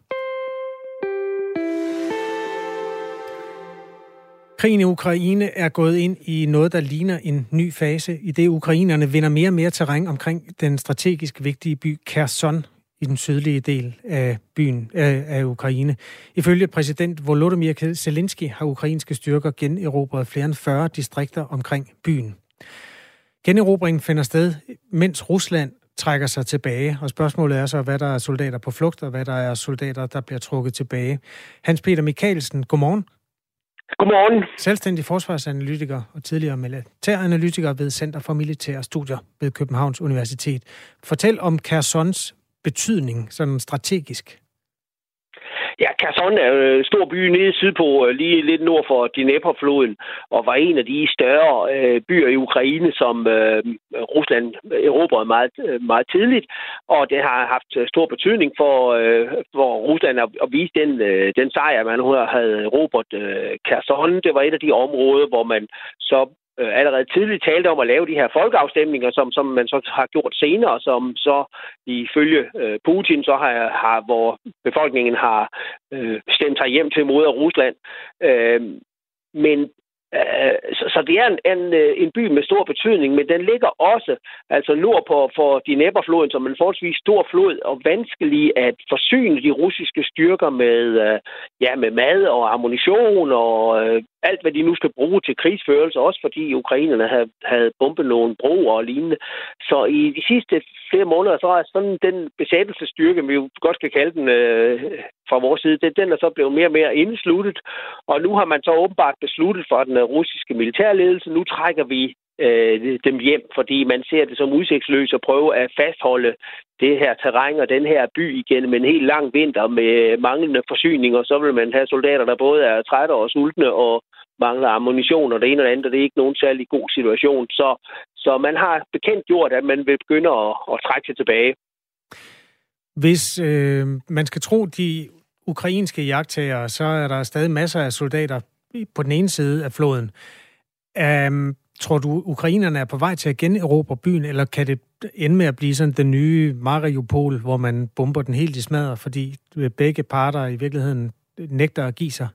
Krigen i Ukraine er gået ind i noget, der ligner en ny fase, i det ukrainerne vinder mere og mere terræn omkring den strategisk vigtige by Kherson i den sydlige del af byen af Ukraine. Ifølge præsident Volodymyr Zelensky har ukrainske styrker generobret flere end 40 distrikter omkring byen. Generobringen finder sted, mens Rusland trækker sig tilbage, og spørgsmålet er så, hvad der er soldater på flugt, og hvad der er soldater, der bliver trukket tilbage. Hans Peter Michaelsen, godmorgen. Godmorgen. Selvstændig forsvarsanalytiker og tidligere militæranalytiker ved Center for Militære Studier ved Københavns Universitet. Fortæl om Khersons betydning, sådan strategisk. Ja, Kherson er jo en stor by nede sydpå, lige lidt nord for Dnepr-floden, og var en af de større byer i Ukraine, som Rusland erobrede meget tidligt, og det har haft stor betydning for Rusland at vise den sejr, man havde erobret Kherson. Det var et af de områder, hvor man så allerede tidligt talte om at lave de her folkeafstemninger, som man så har gjort senere, som så ifølge Putin så har hvor befolkningen har stemt sig hjem til mod af Rusland. Men så det er en by med stor betydning, men den ligger også altså nord for Dnepr-floden, som en forholdsvis stor flod, og vanskelig at forsyne de russiske styrker med mad og ammunition og alt, hvad de nu skal bruge til krigsførelse, også fordi ukrainerne havde bombet nogle broer og lignende. Så i de sidste flere måneder, så er sådan den besættelsesstyrke, vi jo godt skal kalde den fra vores side, den er så blevet mere og mere indesluttet, og nu har man så åbenbart besluttet for den russiske militærledelse, nu trækker vi dem hjem, fordi man ser det som udsigtsløst at prøve at fastholde det her terræn og den her by igennem en helt lang vinter med manglende forsyninger. Så vil man have soldater, der både er trætte og sultne og mangler ammunition og det ene og det andet, og det er ikke nogen særlig god situation. Så man har bekendt gjort, at man vil begynde at trække sig tilbage. Hvis man skal tro de ukrainske jagttagere, så er der stadig masser af soldater på den ene side af floden. Tror du, ukrainerne er på vej til at generobre byen, eller kan det ende med at blive sådan den nye Mariupol, hvor man bomber den helt i smadret, fordi begge parter i virkeligheden nægter at give sig?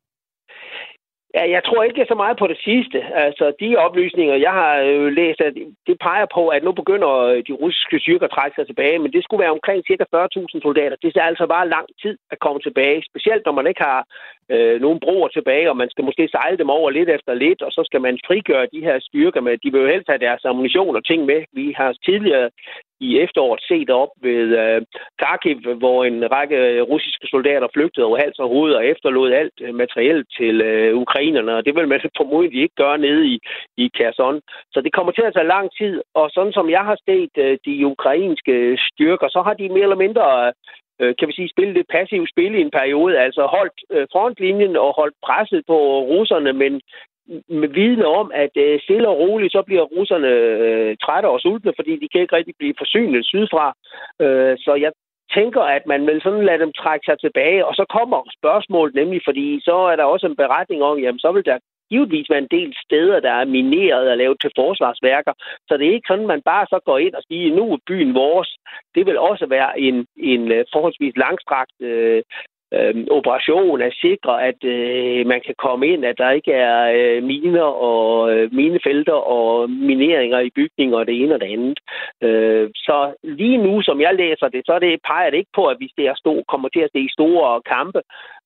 Ja, jeg tror ikke så meget på det sidste. Altså, de oplysninger, jeg har læst, at det peger på, at nu begynder de russiske styrker at trække sig tilbage, men det skulle være omkring ca. 40.000 soldater. Det er altså bare lang tid at komme tilbage, specielt når man ikke har nogle broer tilbage, og man skal måske sejle dem over lidt efter lidt, og så skal man frigøre de her styrker med. De vil jo helst have deres ammunition og ting med. Vi har tidligere i efteråret set op ved Kharkiv, hvor en række russiske soldater flygtede over hals og hoved og efterlod alt materiel til ukrainerne, og det vil man formodentlig ikke gøre nede i Kherson. Så det kommer til at tage lang tid, og sådan som jeg har set de ukrainske styrker, så har de mere eller mindre kan vi sige, spille lidt passivt spil i en periode, altså holdt frontlinjen og holdt presset på russerne, men med viden om, at stille og roligt, så bliver russerne trætte og sultne, fordi de kan ikke rigtig blive forsynet sydfra. Så jeg tænker, at man vil sådan lade dem trække sig tilbage, og så kommer spørgsmålet nemlig, fordi så er der også en beretning om, jamen så vil der givetvis være en del steder, der er mineret og lavet til forsvarsværker. Så det er ikke sådan, at man bare så går ind og siger, nu er byen vores. Det vil også være en forholdsvis langstrakt operation at sikre, at man kan komme ind, at der ikke er miner og minefelter og mineringer i bygninger og det ene og det andet. Så lige nu, som jeg læser det, så peger det ikke på, at vi kommer til at se store kampe.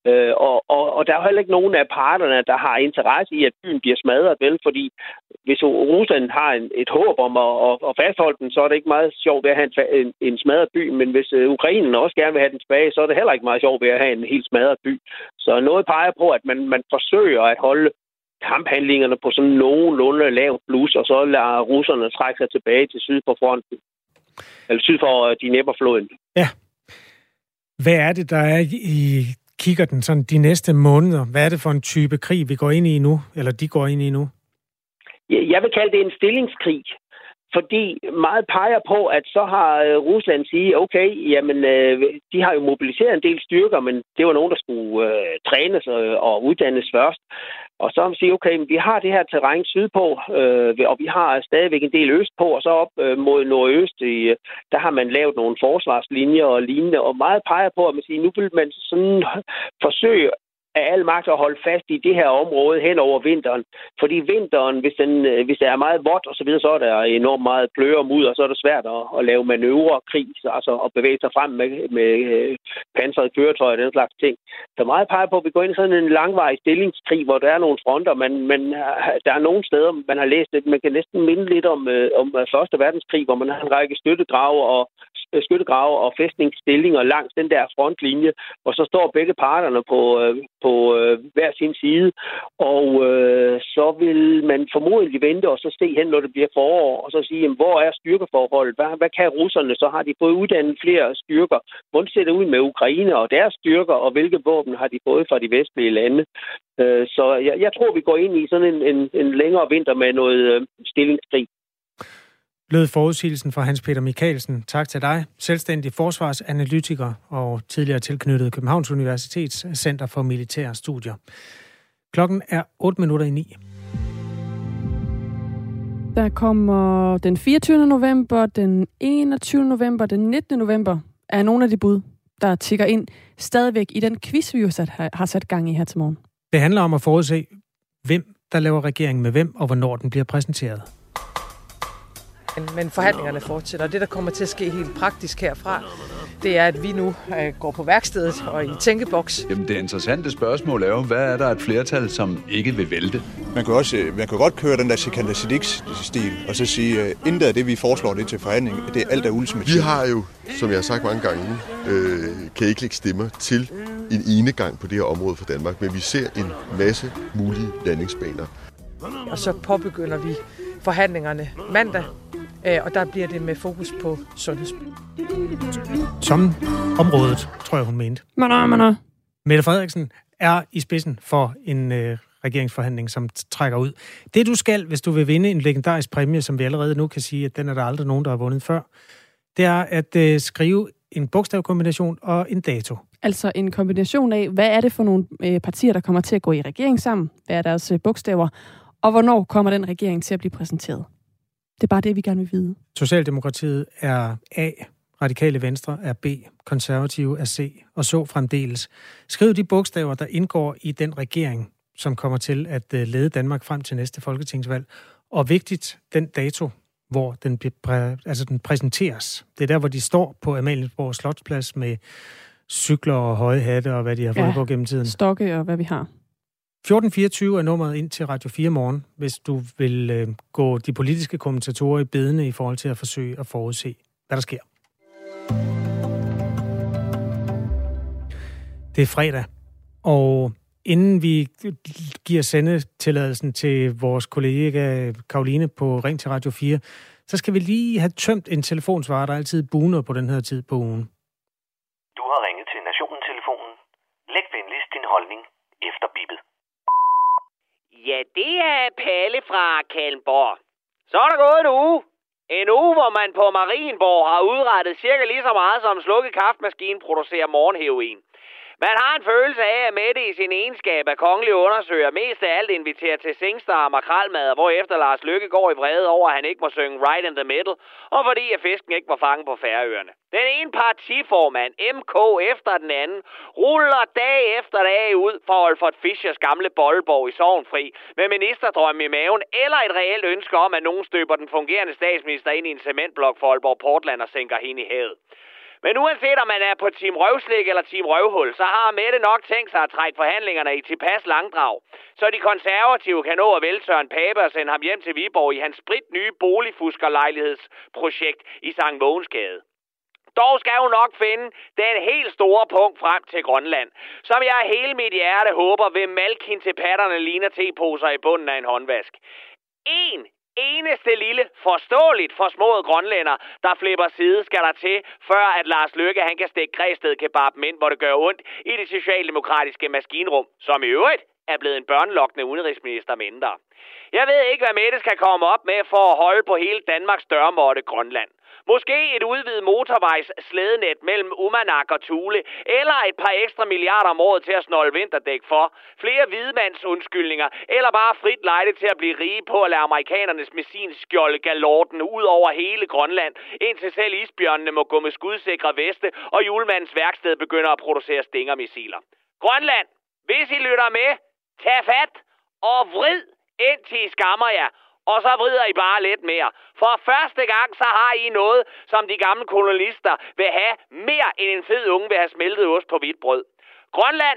Og der er heller ikke nogen af parterne, der har interesse i, at byen bliver smadret, vel? Fordi hvis Rusland har et håb om at fastholde den, så er det ikke meget sjovt ved at have en smadret by. Men hvis Ukraine også gerne vil have den tilbage, så er det heller ikke meget sjovt ved at have en helt smadret by. Så noget peger på, at man forsøger at holde kamphandlingerne på sådan nogenlunde lavt blus, og så lader russerne trække sig tilbage til syd for fronten. Eller syd for Dnepr-floden. Ja. Hvad er det, der er i kigger den sådan de næste måneder? Hvad er det for en type krig, vi går ind i nu? Eller de går ind i nu? Jeg vil kalde det en stillingskrig. Fordi meget peger på, at så har Rusland sige, okay, jamen, de har jo mobiliseret en del styrker, men det var nogen, der skulle trænes og uddannes først. Og så siger okay, vi har det her terræn sydpå, og vi har stadigvæk en del østpå, og så op mod nordøst, der har man lavet nogle forsvarslinjer og lignende, og meget peger på, at man siger, nu vil man sådan forsøge af al magt at holde fast i det her område hen over vinteren. Fordi vinteren, hvis det er meget vådt og så videre, så er der enormt meget pløre og mudder, og så er det svært at lave manøvrekrig, altså at bevæge sig frem med pansrede køretøjer og den slags ting. Så meget peger på, at vi går ind i sådan en langvarig stillingskrig, hvor der er nogle fronter, men der er nogle steder, man har læst det, man kan næsten minde lidt om Første Verdenskrig, hvor man har en række skyttegrave og fæstningsstillinger langs den der frontlinje, og så står begge parterne på hver sin side, og så vil man formodentlig vente og så se hen, når det bliver forår, og så sige, jamen, hvor er styrkeforholdet? Hvad kan russerne? Så har de fået uddannet flere styrker. Hvordan ser det ud med Ukraine og deres styrker, og hvilke våben har de fået fra de vestlige lande? Så jeg tror, vi går ind i sådan en længere vinter med noget stillingskrig. Lød forudsigelsen fra Hans Peter Michaelsen. Tak til dig. Selvstændig forsvarsanalytiker og tidligere tilknyttet Københavns Universitets Center for Militære Studier. Klokken er 8:08. Der kommer den 24. november, den 21. november, den 19. november er nogle af de bud, der tikker ind stadigvæk i den quiz, vi jo har sat gang i her til morgen. Det handler om at forudse, hvem der laver regering med hvem, og hvornår den bliver præsenteret. Men forhandlingerne fortsætter, og det, der kommer til at ske helt praktisk herfra, det er, at vi nu går på værkstedet og i tænkeboks. Jamen, det interessante spørgsmål er jo, hvad er der et flertal, som ikke vil vælte? Man kan godt køre den der Sikander Siddiq-stil, og så sige, intet af det, vi foreslår det til forhandling, det er alt er ultimativt. Vi har jo, som jeg har sagt mange gange, kan ikke lægge stemmer til en enegang på det her område for Danmark, men vi ser en masse mulige landingsbaner. Og så påbegynder vi forhandlingerne mandag, og der bliver det med fokus på sundhed. Som området, tror jeg, hun mente. Mette Frederiksen er i spidsen for en regeringsforhandling, som trækker ud. Det du skal, hvis du vil vinde en legendarisk præmie, som vi allerede nu kan sige, at den er der aldrig nogen, der har vundet før, det er at skrive en bogstavkombination og en dato. Altså en kombination af, hvad er det for nogle partier, der kommer til at gå i regering sammen? Hvad er deres bogstaver? Og hvornår kommer den regering til at blive præsenteret? Det er bare det, vi gerne vil vide. Socialdemokratiet er A, Radikale Venstre er B, Konservative er C, og så fremdeles. Skriv de bogstaver, der indgår i den regering, som kommer til at lede Danmark frem til næste folketingsvalg. Og vigtigt, den dato, hvor den præsenteres. Det er der, hvor de står på Amalienborg Slotsplads med cykler og høje hatte og hvad de har fået på gennem tiden. Stokke og hvad vi har. 1424 er nummeret ind til Radio 4 morgen, hvis du vil gå de politiske kommentatorer i bedene i forhold til at forsøge at forudse, hvad der sker. Det er fredag, og inden vi giver sendetilladelsen til vores kollega Karoline på Ring til Radio 4, så skal vi lige have tømt en telefonsvarer, der altid buner på den her tid på ugen. Du har ringet til Nationen-telefonen. Læg venligst din holdning efter bippet. Ja, det er Palle fra Kalmborg. Så er der gået en uge. En uge, hvor man på Marienborg har udrettet cirka lige så meget som en slukket kaffemaskine producerer morgenheroin. Man har en følelse af, at Mette i sin egenskab af kongelig undersøger mest af alt inviterer til singstar og makrelmad, hvorefter Lars Løkke går i vrede over, at han ikke må synge Right in the Middle, og fordi at fisken ikke var fanget på Færøerne. Den ene partiformand, MK efter den anden, ruller dag efter dag ud for Olfert Fischers gamle bolleborg i Sorgenfri, med ministerdrømme i maven, eller et reelt ønske om, at nogen støber den fungerende statsminister ind i en cementblok for Aalborg Portland og sænker hende i havet. Men uanset om man er på Team Røvslik eller Team Røvhul, så har Mette nok tænkt sig at trække forhandlingerne i tilpas langdrag, så de konservative kan nå at vælge Søren Pape og sende ham hjem til Viborg i hans spritnye boligfuskerlejlighedsprojekt i Sankt Mogensgade. Dog skal hun nok finde den helt store punkt frem til Grønland, som jeg hele mit hjerte håber vil malke hende til patterne ligner teposer i bunden af en håndvask. Eneste lille forståeligt forsmået grønlænder, der flipper side, skal der til, før at Lars Løkke han kan stikke Græsted kebaben ind, hvor det gør ondt i det socialdemokratiske maskinrum, som i øvrigt er blevet en børnelokkende udenrigsminister mindre. Jeg ved ikke, hvad Mette skal komme op med for at holde på hele Danmarks dørmåtte Grønland. Måske et udvidet motorvejs slædenet mellem Umanak og Thule, eller et par ekstra milliarder om året til at snolde vinterdæk for, flere hvidmands undskyldninger, eller bare frit lejde til at blive rige på at lade amerikanernes missilskjolde galorten ud over hele Grønland, indtil selv isbjørnene må gå med skudsikre veste, og julemandens værksted begynder at producere stingermissiler. Grønland, hvis I lytter med, tag fat og vrid indtil I skammer jer. Og så vrider I bare lidt mere. For første gang, så har I noget, som de gamle kolonister vil have mere end en fed unge vil have smeltet ost på hvidt brød. Grønland,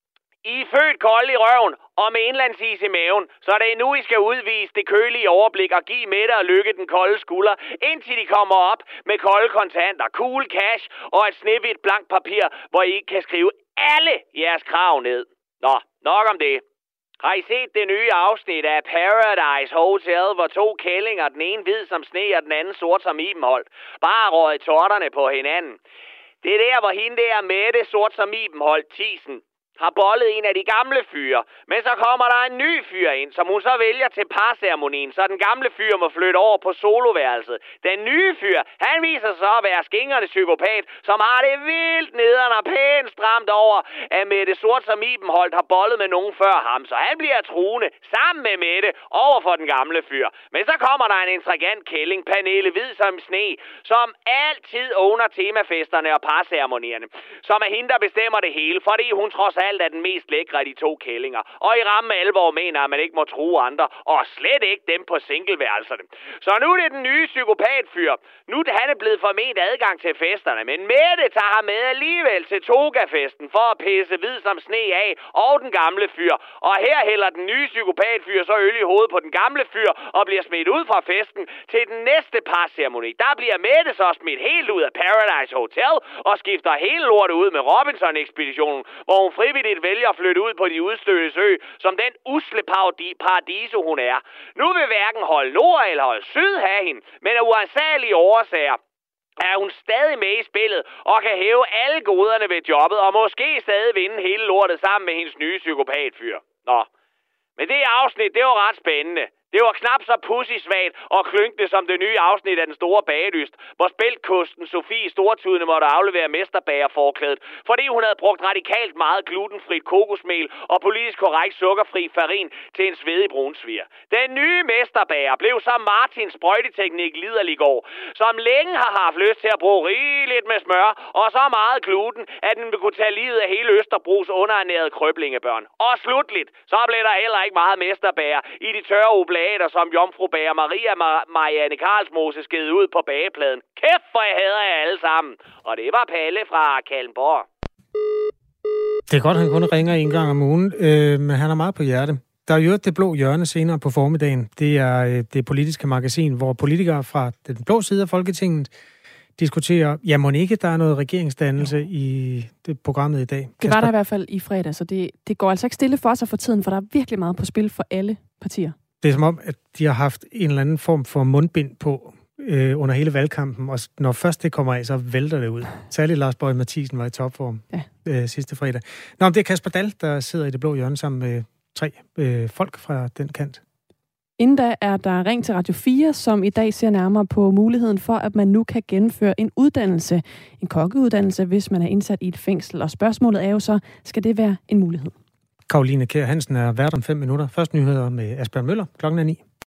I er født kold i røven og med indlandsis i maven, så det er nu, I skal udvise det kølige overblik og give Mette og Lykke den kolde skulder, indtil de kommer op med kolde kontanter, cool cash og et snehvidt blankt papir, hvor I kan skrive alle jeres krav ned. Nå, nok om det. Har I set det nye afsnit af Paradise Hotel, hvor to kællinger, den ene hvid som sne og den anden sort som Ibenholt, bare røget torterne på hinanden? Det er der, hvor hende der Mette sort som Ibenholt, Thiesen, har bollet en af de gamle fyre, men så kommer der en ny fyr ind, som hun så vælger til parceremonien, så den gamle fyr må flytte over på soloværelset. Den nye fyr, han viser sig at være skingrende psykopat, som har det vildt nederen og pænt stramt over, at Mette sort som Ibenholt har bollet med nogen før ham, så han bliver truende sammen med Mette over for den gamle fyr. Men så kommer der en intrigant kælling, Pernille Hvid som sne, som altid owner temafesterne og parceremonierne, som er hende, der bestemmer det hele, fordi hun trods alt er den mest lækre af de to kællinger, og i ramme alvor mener, at man ikke må true andre, og slet ikke dem på singleværelserne. Så nu er det den nye psykopatfyr. Nu er han blevet forment adgang til festerne, men Mette tager ham med alligevel til Togafesten for at pisse hvid som sne af, og den gamle fyr. Og her hælder den nye psykopatfyr så øl i hovedet på den gamle fyr, og bliver smidt ud fra festen til den næste parceremoni. Der bliver Mette så smidt helt ud af Paradise Hotel, og skifter hele lortet ud med Robinson-ekspeditionen, hvor hun frivilligt vælger at flytte ud på de udstødte ø, som den usle paradiso hun er. Nu vil hverken holde nord eller holde syd have hende, men af uansagelige årsager er hun stadig med i spillet og kan hæve alle goderne ved jobbet og måske stadig vinde hele lortet sammen med hendes nye psykopatfyr. Nå, men det afsnit, det var ret spændende. Det var knap så pussysvagt og klynkende som det nye afsnit af Den Store Bagedyst, hvor spæltkosten Sofie Stortudene måtte aflevere mesterbagerforklædet, fordi hun havde brugt radikalt meget glutenfrit kokosmel og politisk korrekt sukkerfri farin til en svedig brunsviger. Den nye mesterbager blev som Martins sprøjteteknik liderligård, som længe har haft lyst til at bruge rigeligt med smør og så meget gluten, at den vil kunne tage livet af hele Østerbros underernærede krøblingebørn. Og slutligt, så blev der heller ikke meget mesterbager i de tørre oblater, som jomfrubager Maria Marianne Karlsmose sked ud på bagepladen. Kæft, hvor jeg hader jer alle sammen. Og det var Palle fra Kalmborg. Det er godt, han kun ringer en gang om ugen, men han har meget på hjerte. Der er jo Det Blå Hjørne senere på formiddagen. Det er det politiske magasin, hvor politikere fra den blå side af Folketinget diskuterer, ja, mon ikke, der er noget regeringsdannelse i det programmet i dag. Det var der i hvert fald i fredag, så det går altså ikke stille for sig for tiden, for der er virkelig meget på spil for alle partier. Det er som om, at de har haft en eller anden form for mundbind på under hele valgkampen, og når først det kommer af, så vælter det ud. Særligt Lars Boje Mathiesen var i topform sidste fredag. Nå, men det er Kasper Dahl, der sidder i Det Blå Hjørne sammen med 3 folk fra den kant. Inden da er der ring til Radio 4, som i dag ser nærmere på muligheden for, at man nu kan gennemføre en uddannelse, en kokkeuddannelse, hvis man er indsat i et fængsel. Og spørgsmålet er jo så, skal det være en mulighed? Karoline Kjær Hansen er vært om 5 minutter. Først nyheder med Asbjørn Møller. Klokken er 9.